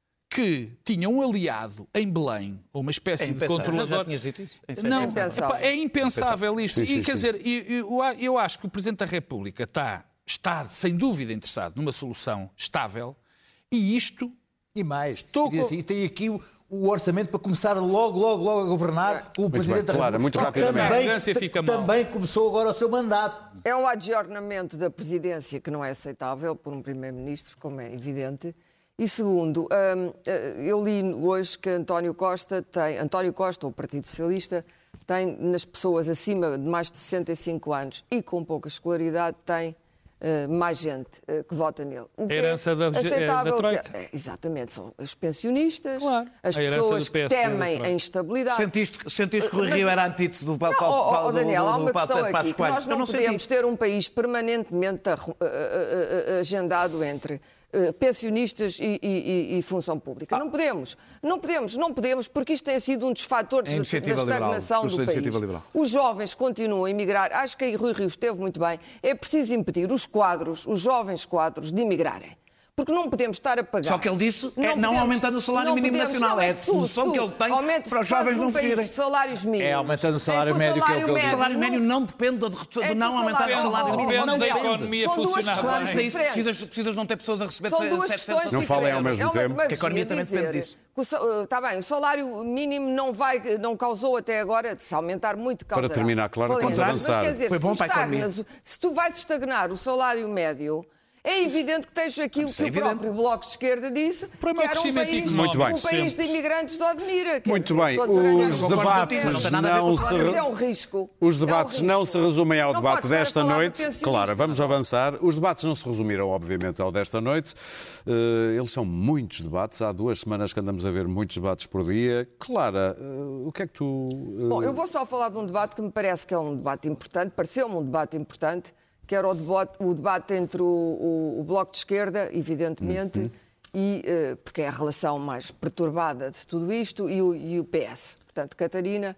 que tinha um aliado em Belém, ou uma espécie É de impensável. controlador. Já tinhas dito isso? É Não, impensável. epá, é impensável isto. Sim, sim, e quer sim. dizer, eu, eu, eu acho que o Presidente da República está, está, sem dúvida, interessado numa solução estável e isto. E mais, Estou e diz com- assim, e tem aqui o, o orçamento para começar logo, logo, logo a governar com o Presidente bem, da claro, República. muito que rapidamente. A Também, arrogância fica que mal. também começou agora o seu mandato. É um adjornamento da presidência que não é aceitável por um primeiro-ministro, como é evidente. E segundo, hum, eu li hoje que António Costa tem, António Costa, ou o Partido Socialista, tem nas pessoas acima de mais de sessenta e cinco anos e com pouca escolaridade, tem uh, mais gente uh, que vota nele. O que A herança é da- aceitável da que- Troika. é, exatamente, são os pensionistas, Claro. as A herança pessoas do que P S D da temem Troika. a instabilidade. Sentiste, sentiste que o Mas- Rio era a antítese do Paulo Não, ó, ó, do- Daniel, do- há do uma Paulo questão Pedro Passos aqui, que Coelho. nós Eu não, não senti. podemos ter um país permanentemente a- a- a- a- agendado entre eh, pensionistas e, e- e- e função pública. Não podemos, não podemos, não podemos, porque isto tem sido um dos fatores É a da, da iniciativa liberal, estagnação curso do da país. iniciativa liberal. Os jovens continuam a emigrar. Acho que aí Rui Rio esteve muito bem. É preciso impedir os quadros, os jovens quadros, de emigrarem. Porque não podemos estar a pagar. Só que ele disse é não podemos- aumentando o salário não mínimo podemos- nacional. não, É a tu, solução tu, que ele tem aumente- para os faz jovens um não país fugirem. de salários mínimos. É aumentando o salário Em que médio, que é o que ele O diz. salário médio não depende do, do É que não o aumentar o salário- salário mínimo. Depende Não da depende. economia São duas funcionar questões Claro, bem. isto é isso. diferentes. Precisas, precisas não ter pessoas a receber São duas setecentos questões Não diferentes. falem ao mesmo é uma tempo. demagogia Que a economia também dizer depende disso. que o sa- Está bem, o salário mínimo não, vai, não causou até agora, se aumentar muito, causará. Para terminar, claro, Falei vamos isso. avançar. Mas quer dizer, Foi se, bom tu para a economia. estagnas, se tu vais estagnar o salário médio, é evidente que tens aquilo Isso que é o evidente. próprio Bloco de Esquerda disse, que problema é o era um crescimento país, económico, Muito bem. um país sempre. de imigrantes de Odmira. quer Muito dizer, bem, todos a ganhar. os concordo debates contigo, não tem nada a ver com não o se... salário. Mas é um risco. Os É um debates risco. não se resumem ao Não debate podes estar a desta falar de noite. pensionistas. Claro, vamos avançar. Os debates não se resumiram, obviamente, ao desta noite. Eh, eles são muitos debates. Há duas semanas que andamos a ver muitos debates por dia. Clara, eh, o que é que tu... eh, Bom, eu vou só falar de um debate que me parece que é um debate importante, pareceu-me um debate importante, que era o debate, o debate entre o, o- o Bloco de Esquerda, evidentemente, Uhum. e, eh, porque é a relação mais perturbada de tudo isto, e o, e o P S. Portanto, Catarina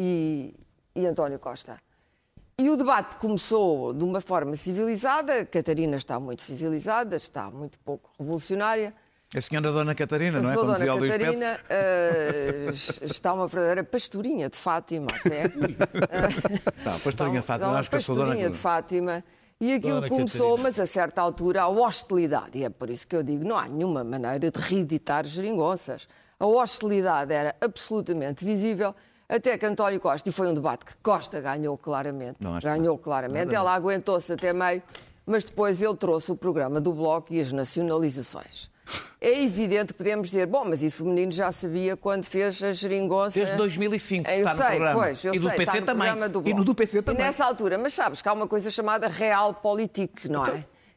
e, e António Costa. E o debate começou de uma forma civilizada. Catarina está muito civilizada, está muito pouco revolucionária. A senhora Dona Catarina, A não é? sua Como Dona dizia o Luís Pedro. Catarina eh, está uma verdadeira pastorinha de Fátima, até. Não, pastorinha de Fátima, Está uma acho que eu sou Dona pastorinha de Catarina. Fátima. E aquilo Dona começou, Catarina. mas a certa altura, a hostilidade. E é por isso que eu digo, não há nenhuma maneira de reeditar geringonças. A hostilidade era absolutamente visível, até que António Costa, e foi um debate que Costa ganhou claramente, Não acho ganhou que claramente, nada ela aguentou-se até meio, mas depois ele trouxe o programa do Bloco e as nacionalizações. É evidente que podemos dizer, bom, mas isso o menino já sabia quando fez a geringonça. Desde dois mil e cinco Eu está no sei, programa. pois, eu E do sei, P C está no também. programa do E Bloco. no do P C também. E nessa altura, mas sabes que há uma coisa chamada realpolitik, não Então- é?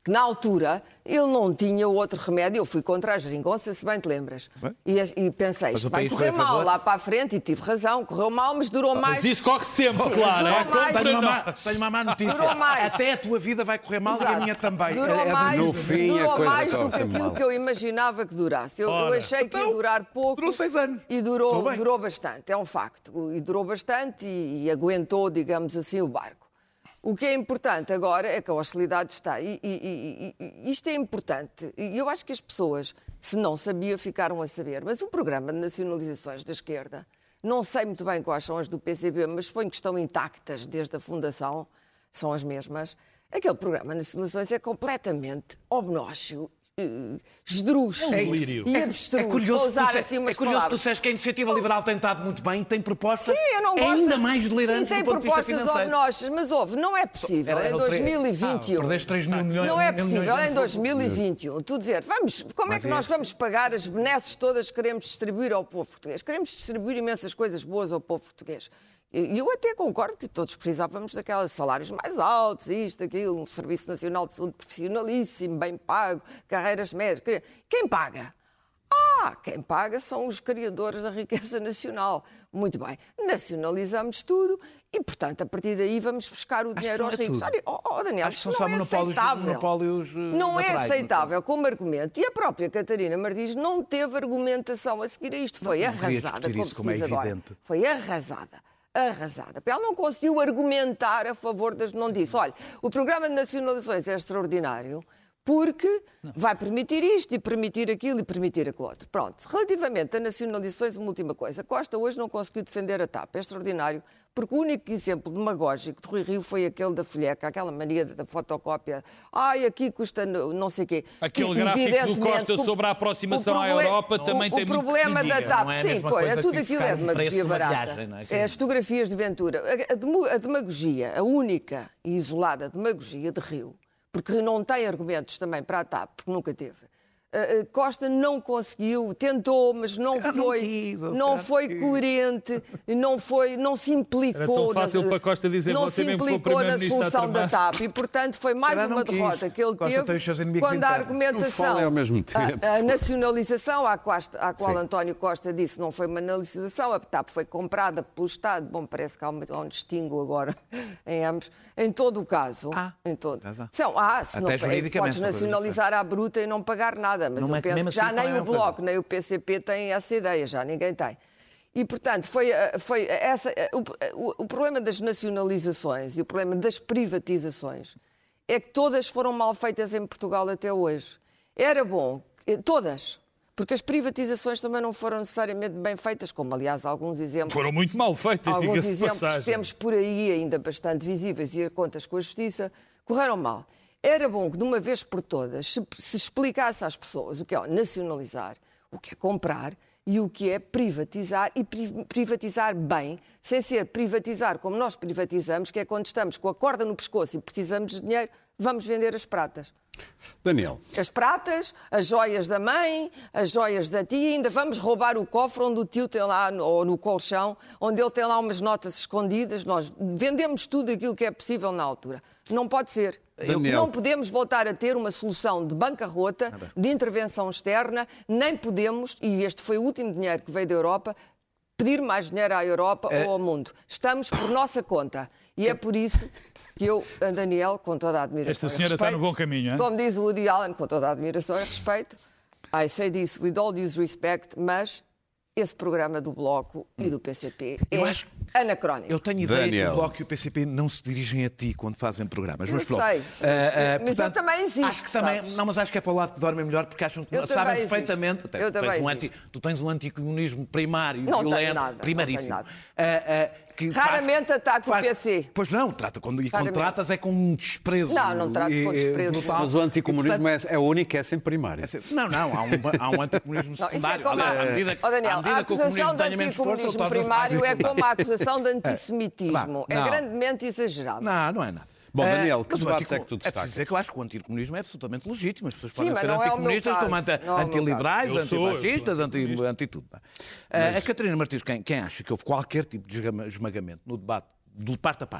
que na altura ele não tinha outro remédio. Eu fui contra a geringonça, se bem te lembras. E, e pensei, isto vai correr mal lá para a frente, e tive razão, correu mal, mas durou mais. Mas isso corre sempre, Sim, claro. durou É mais. Tenho uma, má, tenho uma má notícia. Durou mais. Até a tua vida vai correr mal Exato. e a minha também. Durou É- é mais, No fim, a durou coisa mais do corre que sempre aquilo mal. que eu imaginava que durasse. Eu, eu Ora. achei que ia Então, durar pouco. durou seis anos. E Estou durou, bem. durou bastante, é um facto. E durou bastante e, e aguentou, digamos assim, o barco. O que é importante agora é que a hostilidade está. E, e, e, e isto é importante. E eu acho que as pessoas, se não sabiam, ficaram a saber. Mas o programa de nacionalizações da esquerda, não sei muito bem quais são as do P C P, mas suponho que estão intactas desde a fundação, são as mesmas. Aquele programa de nacionalizações é completamente obnóxio, eh, esdrúxulo É um delírio. e É, abstruso, é curioso, para que usar tu, assim umas é curioso que tu palavras. disseste que a Iniciativa Liberal tem estado muito bem, tem propostas Sim, eu não gosto. ainda mais delirantes Sim, tem do ponto de vista propostas financeiro. obnoxas, mas houve, não é possível Era- em era o três- dois mil e vinte e um. Ah, perdeste três mil milhões. Não é mil milhões possível de em euros. dois mil e vinte e um tu dizer, vamos, como é Mas que é nós este. vamos pagar as benesses todas que queremos distribuir ao povo português? Queremos distribuir imensas coisas boas ao povo português. E eu até concordo que todos precisávamos daqueles salários mais altos, isto, aquilo, um Serviço Nacional de Saúde profissionalíssimo, bem pago, carreiras médicas. Quem paga? Ah, quem paga são os criadores da riqueza nacional. Muito bem, nacionalizamos tudo e, portanto, a partir daí vamos buscar o dinheiro que não aos é ricos. tudo. Olha, oh, oh, Daniel, Acho que são isto só não é monopólios- aceitável. monopólios, eh, Não é naturais, aceitável como argumento. E a própria Catarina Martins não teve argumentação a seguir a isto. Foi não queria arrasada, discutir como isso, se como é diz agora. evidente. Foi arrasada. Arrasada. Ela não conseguiu argumentar a favor das... Não disse, olha, o programa de nacionalizações é extraordinário porque vai permitir isto e permitir aquilo e permitir aquilo outro. Pronto. Relativamente a nacionalizações, uma última coisa. Costa hoje não conseguiu defender a TAP. É extraordinário porque o único exemplo demagógico de Rui Rio foi aquele da folheca, aquela mania da fotocópia. Ai, aqui custa não sei o quê. Aquele E, gráfico do evidentemente, Costa o- sobre a aproximação o à proble- Europa também o, tem o muito problema que se da diga. TAP, Não é a sim, mesma pois, é coisa tudo que aquilo é buscar um preço demagogia de uma barata. viagem, não é? É as fotografias de Ventura. A, a demo- a demagogia, a única e isolada demagogia de Rio, porque Rio não tem argumentos também para a TAP, porque nunca teve. Uh, uh, Costa não conseguiu, tentou, mas não Ah, não foi, quis, ou não será foi que- coerente, não foi, não se implicou. Era tão fácil na, para Costa dizer, não você se mesmo que foi o implicou na primeiro-ministro a solução da tramar. TAP e, portanto, foi mais Calhar uma não quis. derrota que ele Costa tem os seus teve inimigos quando a internos. argumentação, Não falem ao mesmo tempo. a, a nacionalização à, Costa, à qual Sim. António Costa disse não foi uma nacionalização, a TAP foi comprada pelo Estado. Bom, parece que há um, há um distingo agora em ambos. Em todo o caso, Ah, em todo. já está. São, ah, se Até não, juridicamente podes são coisas nacionalizar à bruta e não pagar nada, mas Não eu é- penso mesmo que já assim não é nem a o mesma Bloco, coisa. nem o P C P têm essa ideia, já ninguém tem. E, portanto, foi, eh, foi essa, eh, o, o, o problema das nacionalizações e o problema das privatizações é que todas foram mal feitas em Portugal até hoje. Era bom, eh, todas, porque as privatizações também não foram necessariamente bem feitas, como, aliás, alguns exemplos... Foram muito mal feitas, Alguns diga-se de exemplos que passagem. temos por aí ainda bastante visíveis e a contas com a Justiça, correram mal. Era bom que, de uma vez por todas, se, se explicasse às pessoas o que é nacionalizar, o que é comprar e o que é privatizar, e pri- privatizar bem, sem ser privatizar como nós privatizamos, que é quando estamos com a corda no pescoço e precisamos de dinheiro, vamos vender as pratas. Daniel, As pratas, as joias da mãe, as joias da tia, ainda vamos roubar o cofre onde o tio tem lá, ou no colchão, onde ele tem lá umas notas escondidas. Nós vendemos tudo aquilo que é possível na altura. Não pode ser. Daniel. Não podemos voltar a ter uma solução de bancarrota, de intervenção externa, nem podemos, e este foi o último dinheiro que veio da Europa, pedir mais dinheiro à Europa ou ao mundo. Estamos por nossa conta. E é por isso que eu, a Daniel, com toda a admiração Esta e senhora está no respeito, bom caminho, é? como diz o Woody Allen, com toda a admiração e respeito, I say this with all due respect, mas esse programa do Bloco e do P C P é Eu acho- anacrónico. Eu tenho ideia Daniel. que o Bloco e o P C P não se dirigem a ti quando fazem programas. Eu mas pronto. sei, Ah, mas- ah, mas eu também existo, Acho que também, sabes? não, mas acho que é para o lado que dormem melhor porque acham que Eu sabem também perfeitamente. existo. Até Eu tu, tens também um anti, existo. tu tens um anticomunismo primário, Não tenho violento, nada, não primaríssimo. tenho nada. Ah, ah, que Raramente faz- ataco o faz- P C. Pois não, trata, quando, e quando Raramente. tratas é com um desprezo. Não, não trato com eh, desprezo. brutal. mas o anticomunismo E, portanto, é, é o único que é sempre primário. Não, não, há um, há um anticomunismo Não, isso é secundário. como Aliás, a... à medida, Oh, Daniel, à medida a que o acusação comunismo de ganha menos força, ele anticomunismo torna-se primário é secundário. como a acusação de antissemitismo. É Não. grandemente exagerado. Não, não é nada. Bom, Eh, Daniel, que mas o debates antico- é que tu É destacas? preciso dizer que eu acho que o anticomunismo é absolutamente legítimo. As pessoas Sim, podem mas ser não é o meu anticomunistas caso. como anti- Não é o meu antiliberais, caso. Eu sou, eu antifascistas, sou anti, anticomunista. anti tudo. Eh, A Catarina Martins, quem, quem acha que houve qualquer tipo de esgama- esmagamento no debate, de parte a parte,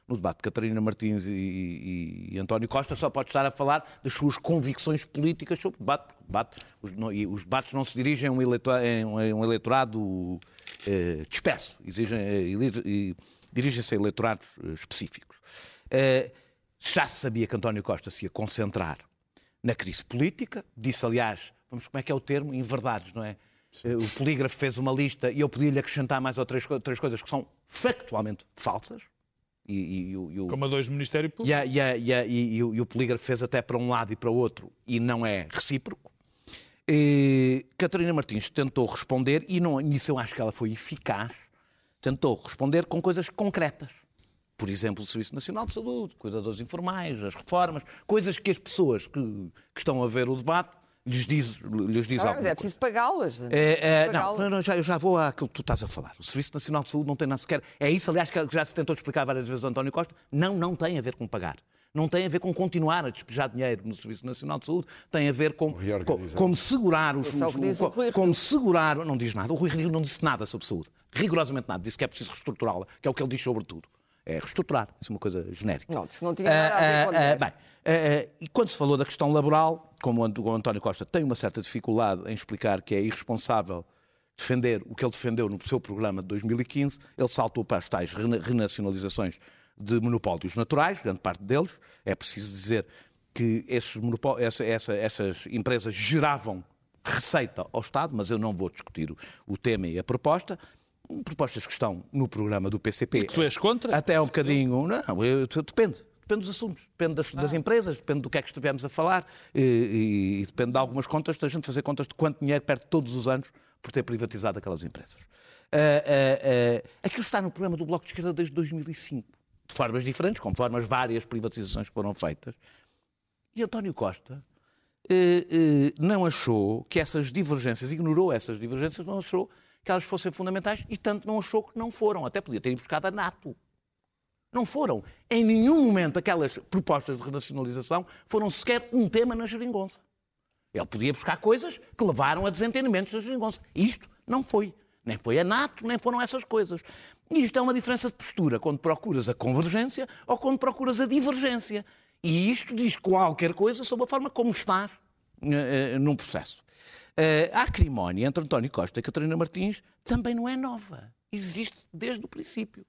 no debate de Catarina Martins e, e, e António Costa, só pode estar a falar das suas convicções políticas sobre o debate. Porque o debate os, não, e os debates não se dirigem a um eleitorado, a um eleitorado eh, disperso, exigem, eh, dirigem-se a eleitorados eh, específicos. Eh, já se sabia que António Costa se ia concentrar na crise política, disse, aliás, vamos, como é que é o termo? Inverdades, não é? Sim. O polígrafo fez uma lista e eu podia-lhe acrescentar mais ou três, três coisas que são factualmente falsas. E, e, e, o, Como a dois do Ministério Público. E, a, e, a, e, a, e, o, e o polígrafo fez até para um lado e para o outro e não é recíproco. E Catarina Martins tentou responder e não, nisso eu acho que ela foi eficaz, tentou responder com coisas concretas. Por exemplo, o Serviço Nacional de Saúde, cuidadores informais, as reformas, coisas que as pessoas que, que estão a ver o debate lhes diz, lhes diz ah, alguma mas é preciso pagá-las. É, é, não, não, não, já, eu já vou àquilo que tu estás a falar. O Serviço Nacional de Saúde não tem nada sequer... É isso, aliás, que já se tentou explicar várias vezes a António Costa. Não, não tem a ver com pagar. Não tem a ver com continuar a despejar dinheiro no Serviço Nacional de Saúde. Tem a ver com, com como segurar os... É o que diz o Rui Rio. Como segurar... Não diz nada. O Rui Rio não disse nada sobre saúde. Rigorosamente nada. Disse que é preciso reestruturá-la, que é o que ele diz sobre tudo. É reestruturar. Isso é uma coisa genérica. Não, se não tinha nada a ver com uh, uh, uh, Bem, uh, uh, e quando se falou da questão laboral, como o António Costa tem uma certa dificuldade em explicar que é irresponsável defender o que ele defendeu no seu programa de dois mil e quinze, ele saltou para as tais renacionalizações de monopólios naturais, grande parte deles. É preciso dizer que esses monopólios, essa, essa, essas empresas geravam receita ao Estado, mas eu não vou discutir o, o tema e a proposta. Propostas que estão no programa do P C P. E que tu és contra? Até um bocadinho... Não, eu, depende. Depende dos assuntos, depende das, ah. das empresas, depende do que é que estivemos a falar e, e, e depende de algumas contas, da gente fazer contas de quanto dinheiro perde todos os anos por ter privatizado aquelas empresas. Uh, uh, uh, aquilo está no programa do Bloco de Esquerda desde dois mil e cinco, de formas diferentes, conforme as várias privatizações que foram feitas. E António Costa uh, uh, não achou que essas divergências, ignorou essas divergências, não achou que elas fossem fundamentais e tanto não achou que não foram. Até podia ter ido buscado a NATO. Não foram. Em nenhum momento aquelas propostas de renacionalização foram sequer um tema na geringonça. Ele podia buscar coisas que levaram a desentendimentos da geringonça. Isto não foi. Nem foi a NATO, nem foram essas coisas. E isto é uma diferença de postura quando procuras a convergência ou quando procuras a divergência. E isto diz qualquer coisa sobre a forma como estás uh, uh, num processo. Uh, a acrimónia entre António Costa e Catarina Martins também não é nova. Existe desde o princípio.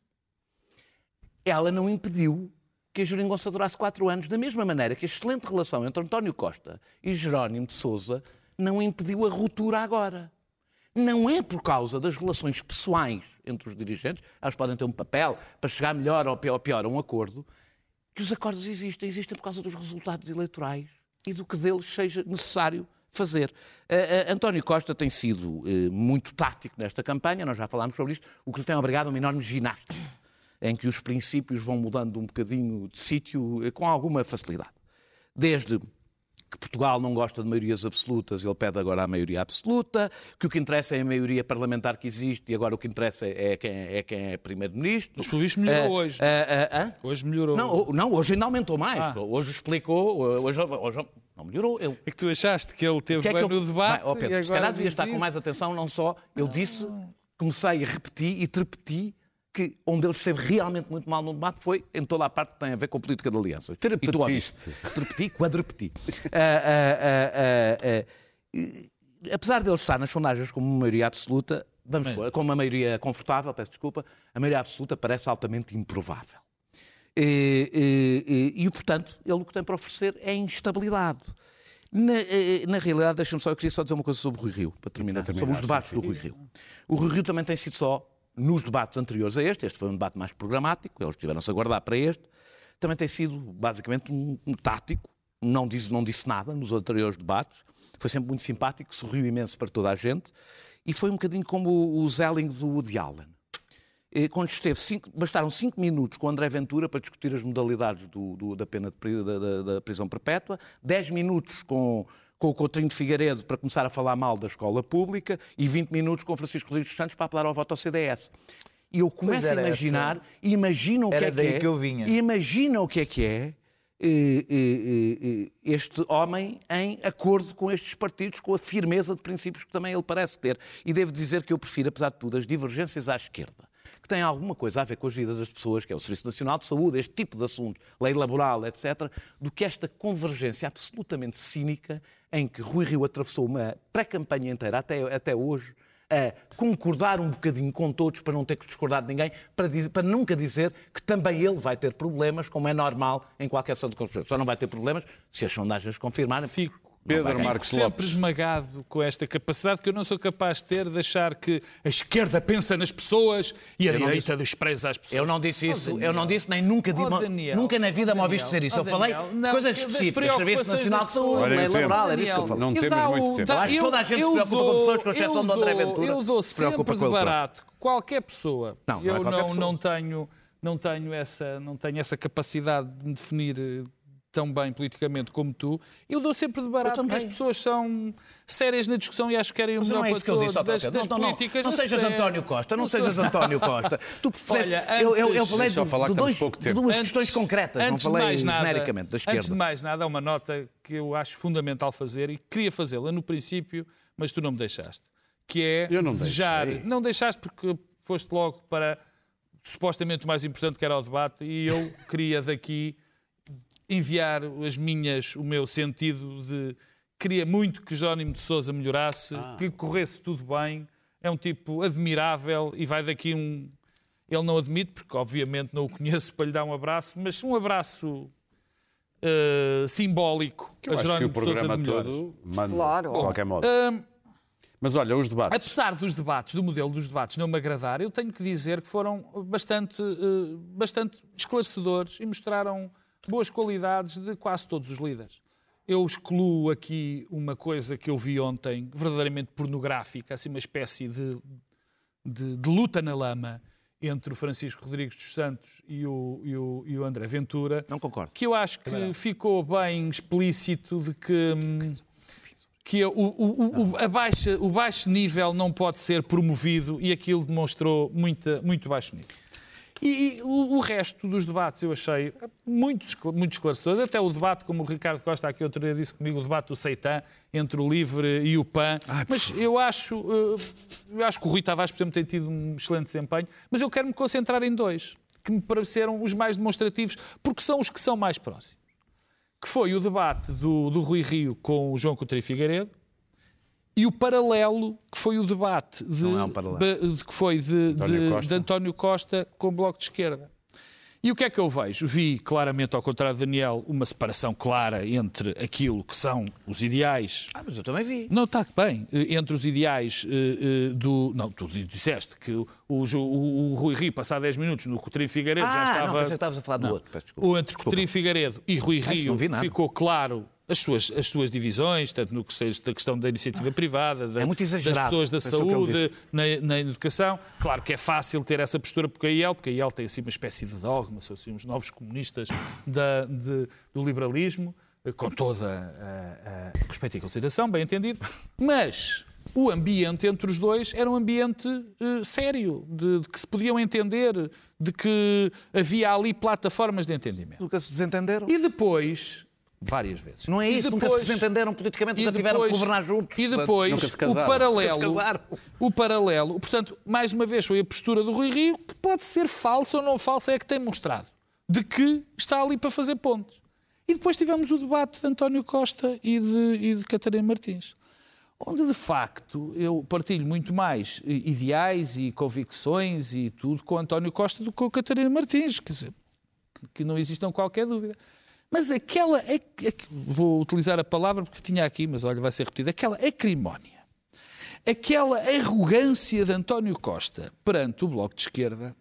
Ela não impediu que a geringonça durasse quatro anos, da mesma maneira que a excelente relação entre António Costa e Jerónimo de Sousa não impediu a ruptura agora. Não é por causa das relações pessoais entre os dirigentes, elas podem ter um papel para chegar melhor ou pior a um acordo, que os acordos existem. Existem por causa dos resultados eleitorais e do que deles seja necessário fazer. Uh, uh, António Costa tem sido uh, muito tático nesta campanha, nós já falámos sobre isto, o que lhe tem obrigado a uma enorme ginástica, em que os princípios vão mudando um bocadinho de sítio uh, com alguma facilidade. Desde que Portugal não gosta de maiorias absolutas, ele pede agora a maioria absoluta, que o que interessa é a maioria parlamentar que existe e agora o que interessa é quem é, quem é primeiro-ministro. Mas pelo visto melhorou uh, hoje. Uh, uh, uh, hoje melhorou. Não, não, hoje ainda aumentou mais. Ah. Hoje explicou, hoje, hoje não melhorou. Eu... É que tu achaste que ele teve que bem é que eu... no debate. Vai, oh Pedro, se calhar devia estar isso. com mais atenção, não só. Eu disse, comecei a repetir e trepeti que onde ele esteve realmente muito mal no debate foi em toda a parte que tem a ver com a política de alianças. Trepetiste. Trepeti, quadrepeti. uh, uh, uh, uh, uh, apesar de ele estar nas sondagens como uma maioria absoluta, vamos pôr, como uma maioria confortável, peço desculpa, a maioria absoluta parece altamente improvável. E, e, e, e, portanto, ele o que tem para oferecer é instabilidade. Na, na realidade, deixa-me só, eu queria só dizer uma coisa sobre o Rui Rio, para terminar, para terminar sobre os debates sim, sim. do Rui Rio. O Rui Rio também tem sido só nos debates anteriores a este, este foi um debate mais programático, eles tiveram-se a guardar para este, também tem sido basicamente um, um tático, não disse, não disse nada nos anteriores debates, foi sempre muito simpático, sorriu imenso para toda a gente, e foi um bocadinho como o Zelling do Woody Allen. E, quando esteve, cinco, bastaram cinco minutos com o André Ventura para discutir as modalidades do, do, da pena de, da, da, da prisão perpétua, dez minutos com... com o Coutinho de Figueiredo para começar a falar mal da escola pública e vinte minutos com o Francisco Rodrigues dos Santos para apelar ao voto ao C D S. E eu começo a imaginar, e imagina o que é que é, que eu vinha. e imagina o que é que é este homem em acordo com estes partidos, com a firmeza de princípios que também ele parece ter. E devo dizer que eu prefiro, apesar de tudo, as divergências à esquerda que têm alguma coisa a ver com as vidas das pessoas, que é o Serviço Nacional de Saúde, este tipo de assuntos, lei laboral, etcétera, do que esta convergência absolutamente cínica em que Rui Rio atravessou uma pré-campanha inteira até, até hoje, a concordar um bocadinho com todos para não ter que discordar de ninguém, para, dizer, para nunca dizer que também ele vai ter problemas, como é normal em qualquer ação de convergência. Só não vai ter problemas se as sondagens confirmarem. Fico Pedro Marcos sempre Lopes. esmagado com esta capacidade que eu não sou capaz de ter de achar que a esquerda pensa nas pessoas e a Eu não direita disse- despreza as pessoas. Eu não disse isso, Oh, eu não disse, nem nunca, di- Oh, Daniel. nunca na vida Oh, me ouviste dizer isso. Daniel. Eu falei Oh, Daniel. de Não, coisas das específicas, Serviço preocupações Nacional de das Saúde, pessoas. lei Olha, eu laboral, entendo. era isso que eu falei. Não Eu temos dá muito o- tempo. dá- Eu acho que toda a gente se eu preocupa com pessoas, com exceção eu de André dou- Ventura, Eu dou se preocupa sempre com de ele próprio. barato qualquer pessoa. Não, não é eu qualquer não, pessoa. não tenho, não tenho essa, não tenho essa capacidade de me definir eh, tão bem politicamente como tu. Eu dou sempre de barato porque as também. pessoas são sérias na discussão e acho que querem o Mas melhor não é para isso que eu todos. disse, ó, das, Pedro. das Não, não, não. políticas, Não a sejas sério. António Costa, não Não sou- sejas António Costa. Tu preferes- Olha, eu, eu, eu antes- falei Deixa eu de, falar de que temos dois, pouco de tempo. duas Antes- questões concretas, não antes de falei mais nada- genericamente da esquerda. Antes de mais nada, há uma nota que eu acho fundamental fazer e queria fazê-la no princípio, mas tu não me deixaste. Que é Eu não desejar. deixei. Não deixaste porque foste logo para supostamente o mais importante, que era o debate, e eu queria daqui enviar as minhas, o meu sentido de queria muito que Jerónimo de Sousa melhorasse, Ah. que lhe corresse tudo bem. É um tipo admirável e vai daqui um. Ele não admite, porque obviamente não o conheço para lhe dar um abraço, mas um abraço eh, simbólico Eu a acho que Jerónimo o de Sousa programa de melhoras. todo manda, Claro. de qualquer modo. Hum, Mas olha, os debates. Apesar dos debates, do modelo dos debates não me agradar, eu tenho que dizer que foram bastante, eh, bastante esclarecedores e mostraram boas qualidades de quase todos os líderes. Eu excluo aqui uma coisa que eu vi ontem, verdadeiramente pornográfica, assim uma espécie de, de, de luta na lama entre o Francisco Rodrigues dos Santos e o, e o, e o André Ventura, Não concordo. que eu acho que ficou bem explícito de que, hum, que o, o, o, a baixa, o baixo nível não pode ser promovido e aquilo demonstrou muita, muito baixo nível. E, e o, o resto dos debates eu achei muito, escla- muito esclarecedor. Até o debate, como o Ricardo Costa aqui outro dia disse comigo, o debate do Seitan entre o LIVRE e o P A N. Mas eu acho, eh, eu acho que o Rui Tavares, por exemplo, tem tido um excelente desempenho. Mas eu quero me concentrar em dois, que me pareceram os mais demonstrativos, porque são os que são mais próximos. Que foi o debate do, do Rui Rio com o João Coutinho Figueiredo e o paralelo, que foi o debate de, Não é um paralelo. de- que foi de, António de- Costa. de António Costa com o Bloco de Esquerda. E o que é que eu vejo? Vi claramente, ao contrário de Daniel, uma separação clara entre aquilo que são os ideais. Ah, mas eu também vi. Não, está bem. Entre os ideais eh, eh, do. Não, tu disseste que o, o, o Rui Rio, passar dez minutos no Coutinho Figueiredo, já Ah, estava. não, pensei que estavas a falar do Não. outro. Peço desculpa. O entre Coutinho Figueiredo e Rui isso Rio não vi nada. ficou claro as suas, as suas divisões, tanto no que seja da questão da iniciativa privada, da, É muito exagerado, das pessoas da foi isso que ele saúde, na, na educação. Claro que é fácil ter essa postura porque a I E L, porque a I E L tem assim uma espécie de dogma, são assim os novos comunistas da, de- do liberalismo, eh, com toda a, a respeito e consideração, bem entendido, mas o ambiente entre os dois era um ambiente eh, sério, de, de que se podiam entender, de que havia ali plataformas de entendimento. Nunca se desentenderam. E depois, várias vezes. Não é E isso, nunca depois- se desentenderam politicamente, e nunca tiveram que depois- governar juntos. E depois, Nunca se o casaram. paralelo, Nunca se casaram. o paralelo, portanto, mais uma vez foi a postura do Rui Rio, que pode ser falsa ou não falsa, é que tem mostrado, de que está ali para fazer pontes. E depois tivemos o debate de António Costa e de, e de Catarina Martins, onde, de facto, eu partilho muito mais ideais e convicções e tudo com António Costa do que com Catarina Martins, quer dizer, que não existam qualquer dúvida. Mas aquela, é, é, vou utilizar a palavra porque tinha aqui, mas olha, vai ser repetida, aquela acrimónia, aquela arrogância de António Costa perante o Bloco de Esquerda,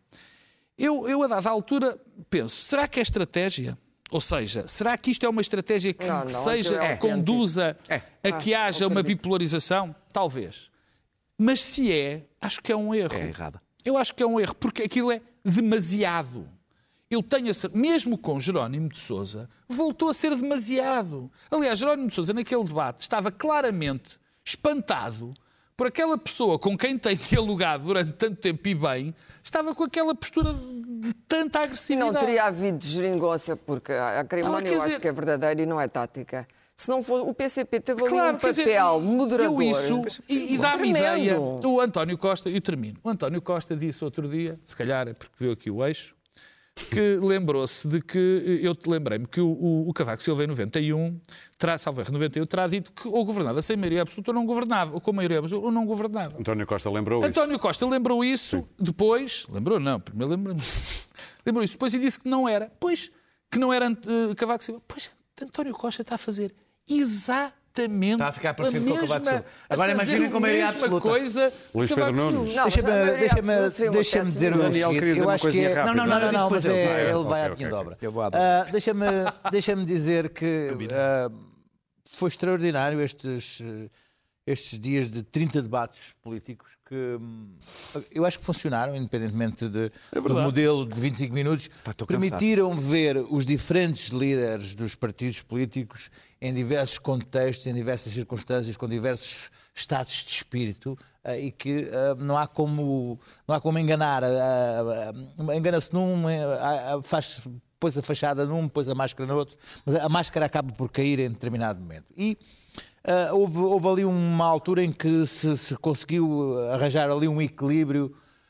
eu, eu a dada altura penso, será que é estratégia? Ou seja, será que isto é uma estratégia que, Não, que não, seja, aquilo é que conduza É. a que Ah, haja uma acredito. bipolarização? Talvez. Mas se é, acho que é um erro. É errada. Eu acho que é um erro, porque aquilo é demasiado. Eu tenho a certeza, mesmo com Jerónimo de Sousa, voltou a ser demasiado. Aliás, Jerónimo de Sousa, naquele debate, estava claramente espantado por aquela pessoa com quem tem dialogado durante tanto tempo e bem, estava com aquela postura de tanta agressividade. Não teria havido geringonça, porque a Ah, acrimónia quer eu acho dizer- que é verdadeira e não é tática. Se não for, o P C P teve ali Claro, um quer papel dizer, moderador. Eu isso, e, e dá-me Tremendo. ideia, o António Costa, e termino, o António Costa disse outro dia, se calhar é porque viu aqui o eixo, que lembrou-se de que, eu te lembrei-me que o, o, o Cavaco Silva em noventa e um, terá, salvo erro, noventa e um, terá dito que ou governava sem maioria absoluta ou não governava, ou com maioria absoluta ou não governava. António Costa lembrou isso. António Costa lembrou isso, Sim. depois, lembrou não, primeiro lembrou lembrou isso, depois e disse que não era, pois, que não era uh, Cavaco Silva. Pois, António Costa está a fazer exatamente Está a ficar parecido a com o Cavaco Silva. mesma, Agora imaginem com a maioria absoluta. Coisa, Luís Pedro Nunes. Deixa-me deixa deixa dizer o Daniel seguinte. queria dizer Eu uma acho que coisinha é... rápida. Não, não, não, não, mas é, Ah, é. ele vai Ok, à ok, minha dobra. Eu vou à Uh, Deixa-me deixa dizer que uh, foi extraordinário estes, estes dias de trinta debates políticos que hum, eu acho que funcionaram, independentemente de, é do modelo de vinte e cinco minutos, Pá, permitiram ver os diferentes líderes dos partidos políticos em diversos contextos, em diversas circunstâncias, com diversos estados de espírito, uh, e que uh, não há como não há como enganar. Uh, uh, engana-se num, uh, faz, pôs a fachada num, pôs a máscara no outro, mas a máscara acaba por cair em determinado momento. E Uh, houve, houve ali uma altura em que se, se conseguiu arranjar ali um equilíbrio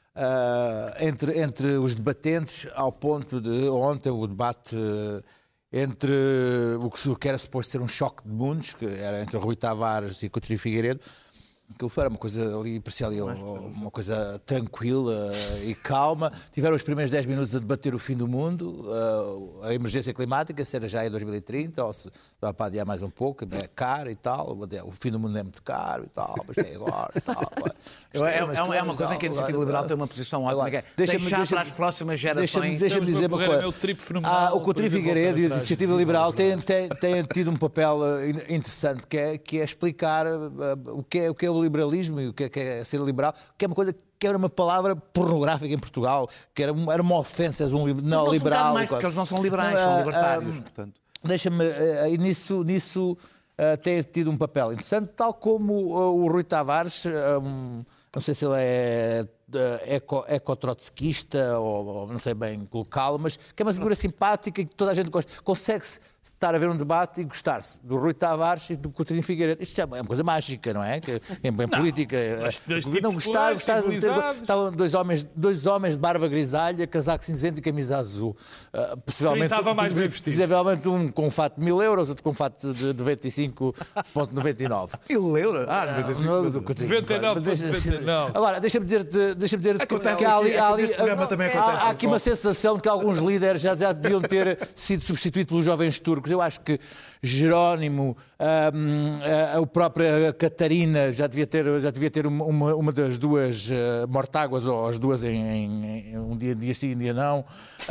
uh, entre, entre os debatentes, ao ponto de ontem o debate uh, entre o que, o que era suposto ser um choque de mundos, que era entre Rui Tavares e Coutinho Figueiredo. Aquilo foi uma coisa ali, parecia ali uma coisa tranquila e calma. Tiveram os primeiros dez minutos a debater o fim do mundo, a emergência climática, se era já em dois mil e trinta, ou se dá para adiar mais um pouco, é caro e tal, o fim do mundo é muito caro e tal, mas é agora e tal. É, é, é, uma, é uma coisa em que a Iniciativa Liberal tem uma posição ótima, que é deixar deixa para as próximas gerações... Deixa-me dizer uma coisa. Ah, o Coutinho Figueiredo e a Iniciativa Liberal têm, têm, têm tido um papel interessante, que é, que é explicar o que é, o que é o liberalismo e o que é, que é ser liberal, que é uma coisa que era uma palavra pornográfica em Portugal, que era, era uma ofensa a um não liberal. Um mais, porque eles não são liberais, são libertários. Portanto. Deixa-me, uh, nisso, nisso uh, tem tido um papel interessante, tal como uh, o Rui Tavares, um, não sei se ele é eco, ecotrotskista ou, ou não sei bem colocá-lo, mas que é uma figura simpática e que toda a gente gosta. Consegue-se estar a ver um debate e gostar-se do Rui Tavares e do Coutinho Figueiredo. Isto é uma coisa mágica, não é? Que, em, em política. Não, não gostar, gostar de ter, estavam dois homens, dois homens de barba grisalha, casaco cinzento e camisa azul. Uh, possivelmente, estava mais bem vestido. Possivelmente um com um fato de mil euros, outro com um fato de noventa e cinco vírgula noventa e nove. Mil euros? Ah, noventa e cinco. noventa e nove vírgula noventa e nove. Agora, deixa-me dizer-te deixa dizer que há, ali, há, ali, há, há aqui uma sensação de que alguns líderes já, já deviam ter sido substituídos pelos jovens turcos. Eu acho que Jerónimo, um, a, a própria Catarina já devia ter, já devia ter uma, uma das duas uh, mortáguas, ou as duas em, em, em um dia, dia sim, um dia não.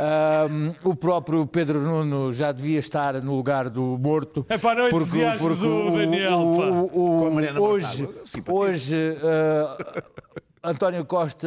Um, o próprio Pedro Nuno já devia estar no lugar do morto. É para não porque, entusiasmos porque o Daniel. O, o, o, hoje, hoje uh, António Costa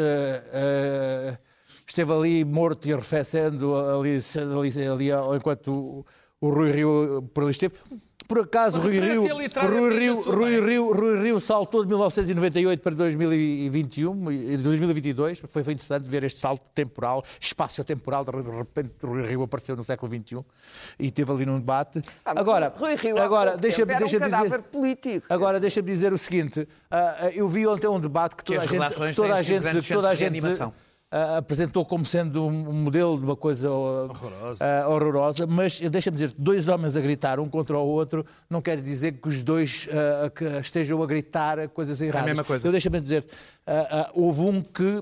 uh, esteve ali morto e arrefecendo ali, ali, ali enquanto o, o Rui Rio por ali esteve. Por acaso, Rui Rio, Rui, Rio, Rui, Rio, Rui Rio saltou de mil novecentos e noventa e oito para dois mil e vinte e um, e dois mil e vinte e dois. Foi, foi interessante ver este salto temporal, espaço-temporal. De repente, RuiRio apareceu no século vinte e um e esteve ali num debate. Ah, agora, Rui Rio, agora deixa, era deixa um cadáver dizer, político. Agora, deixa-me dizer o seguinte: uh, eu vi ontem um debate que toda que a gente, toda a gente, toda a gente Uh, apresentou como sendo um modelo de uma coisa uh, horrorosa. Uh, horrorosa, mas deixa-me dizer, dois homens a gritar um contra o outro não quer dizer que os dois uh, que estejam a gritar coisas erradas. É a mesma coisa. Eu deixa-me dizer, uh, uh, houve um que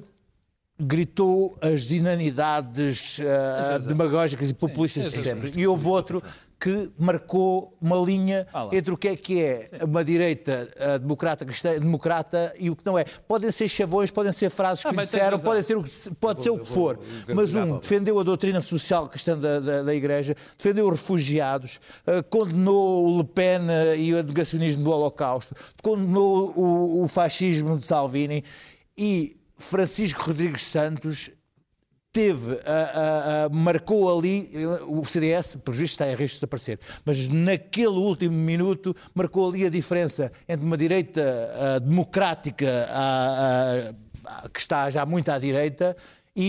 gritou as inanidades uh, demagógicas e populistas de sempre, e houve outro que marcou uma linha ah, entre o que é que é Sim. uma direita uh, democrata, cristã, democrata e o que não é. Podem ser chavões, podem ser frases que ah, lhe disseram, podem ser o que, pode ser o que for. Mas um defendeu a doutrina social cristã da, da, da Igreja, defendeu os refugiados, uh, condenou o Le Pen uh, e o negacionismo do Holocausto, condenou o, o fascismo de Salvini, e Francisco Rodrigues Santos teve, a, a, a, marcou ali, o C D S, por visto, está em risco de desaparecer, mas naquele último minuto marcou ali a diferença entre uma direita a, democrática a, a, a, que está já muito à direita e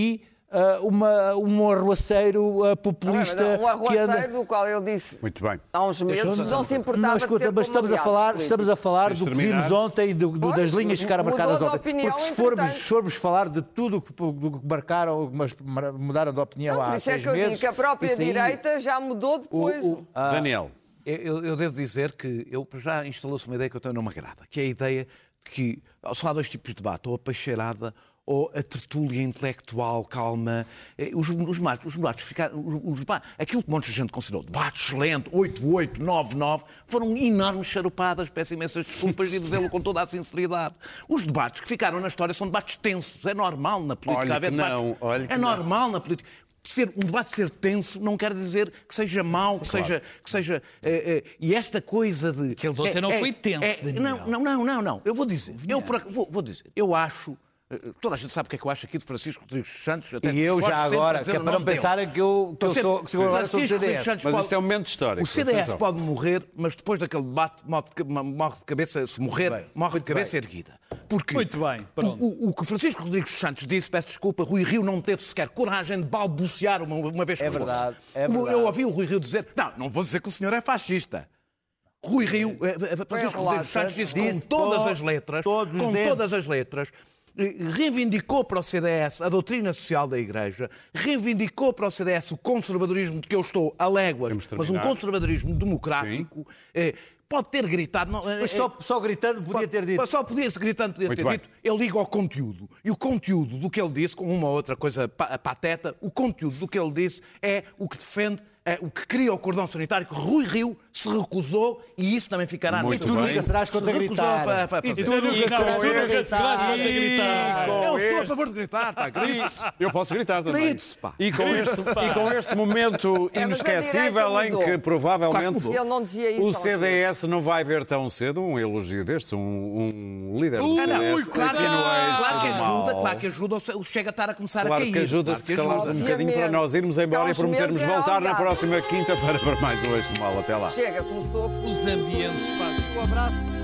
uh, uma, um arruaceiro uh, populista. Não, um arruaceiro que anda... do qual ele disse Muito bem. há uns meses não se importava Não, escuta, de ter mas estamos a falar, político. estamos a falar do que terminar. vimos ontem, do, do, Pois, das linhas que ficaram mudou marcadas de ontem. opinião, Porque se formos, entretanto. se formos falar de tudo o que, do que marcaram, mas mudaram de opinião Não, há por isso é seis que eu meses. digo que a própria isso aí- direita já mudou depois. O- o- ah, Daniel. Eu, eu devo dizer que eu já instalou-se uma ideia que eu tenho não me agrada, que é a ideia de que só há dois tipos de debate, ou a peixeirada ou a tertúlia intelectual calma. Eh, Os, os debates, os debates ficaram, os, os debates, aquilo que muita gente considerou debate excelente, oito oito, nove nove, foram enormes charupadas, peço imensas desculpas e dizê-lo com toda a sinceridade. Os debates que ficaram na história são debates tensos, é normal na política Olha haver que debates. não, olha que é não. normal na política. Ser, um debate ser tenso não quer dizer que seja mau, que seja. Que seja eh, eh, e esta coisa de. Aquele de ontem não foi tenso, Daniel. Não, não, não, não, não. Eu vou dizer. Eu por ac- vou, vou dizer. Eu acho. eh, Toda a gente sabe o que é que eu acho aqui de Francisco Rodrigues Santos. Até E eu esforço já sempre agora, a dizer que é o para não nome dele. pensarem que eu, que eu Estou sou, sempre- que eu agora sou do Francisco C D Rodrigues S. Santos Mas pode- isto é um momento histórico. O C D S atenção. pode morrer, mas depois daquele debate morre de, morre de cabeça, se morrer, bem, morre de muito cabeça bem. erguida. Porque Muito bem, pronto. o, o, o que Francisco Rodrigues Santos disse, peço desculpa, Rui Rio não teve sequer coragem de balbuciar uma, uma vez que É fosse. verdade, é O- verdade. Eu ouvi o Rui Rio dizer, não, não vou dizer que o senhor é fascista. Rui Rio, eh, eh, Francisco Rodrigues Santos disse, Disse com todas com as letras, todos os com dentes. todas as letras, eh, reivindicou para o C D S a doutrina social da Igreja, reivindicou para o C D S o conservadorismo de que eu estou a léguas, Temos de mas um terminar. conservadorismo democrático. eh, Pode ter gritado. Não, Mas eh, só, só gritando podia ter dito. Só podia ser gritando, podia Muito ter bem. dito. Eu ligo ao conteúdo. E o conteúdo do que ele disse, com uma ou outra coisa pa- pateta, o conteúdo do que ele disse é o que defende, é o que cria o cordão sanitário, que Rui Rio se recusou e isso também ficará Muito no Tu bem. nunca serás contra Se recusou gritar. a fa- a E fazer. tu nunca E não, serás tu contra nunca serás contra gritar. com Eu sou a este- favor de gritar, pá, grite-se. Eu posso gritar também. Grite-se, pá. E com este, e com este momento É, mas a inesquecível direita em mudou. que provavelmente Claro que Ele não dizia isso o aos C D S não vai ver tão cedo um elogio destes, um, um líder do Ui, C D S. ui, Claro que, aqui no eixo claro que do ajuda, mal. claro que ajuda o Chega a estar a começar Claro a cair. que ajuda claro se que calarmos um ajuda. bocadinho para nós irmos embora e Aos prometermos meses é voltar na aliado. próxima quinta-feira para mais um Eixo de Mal. Até lá. Chega, começou a Os ambientes fazem. Um abraço.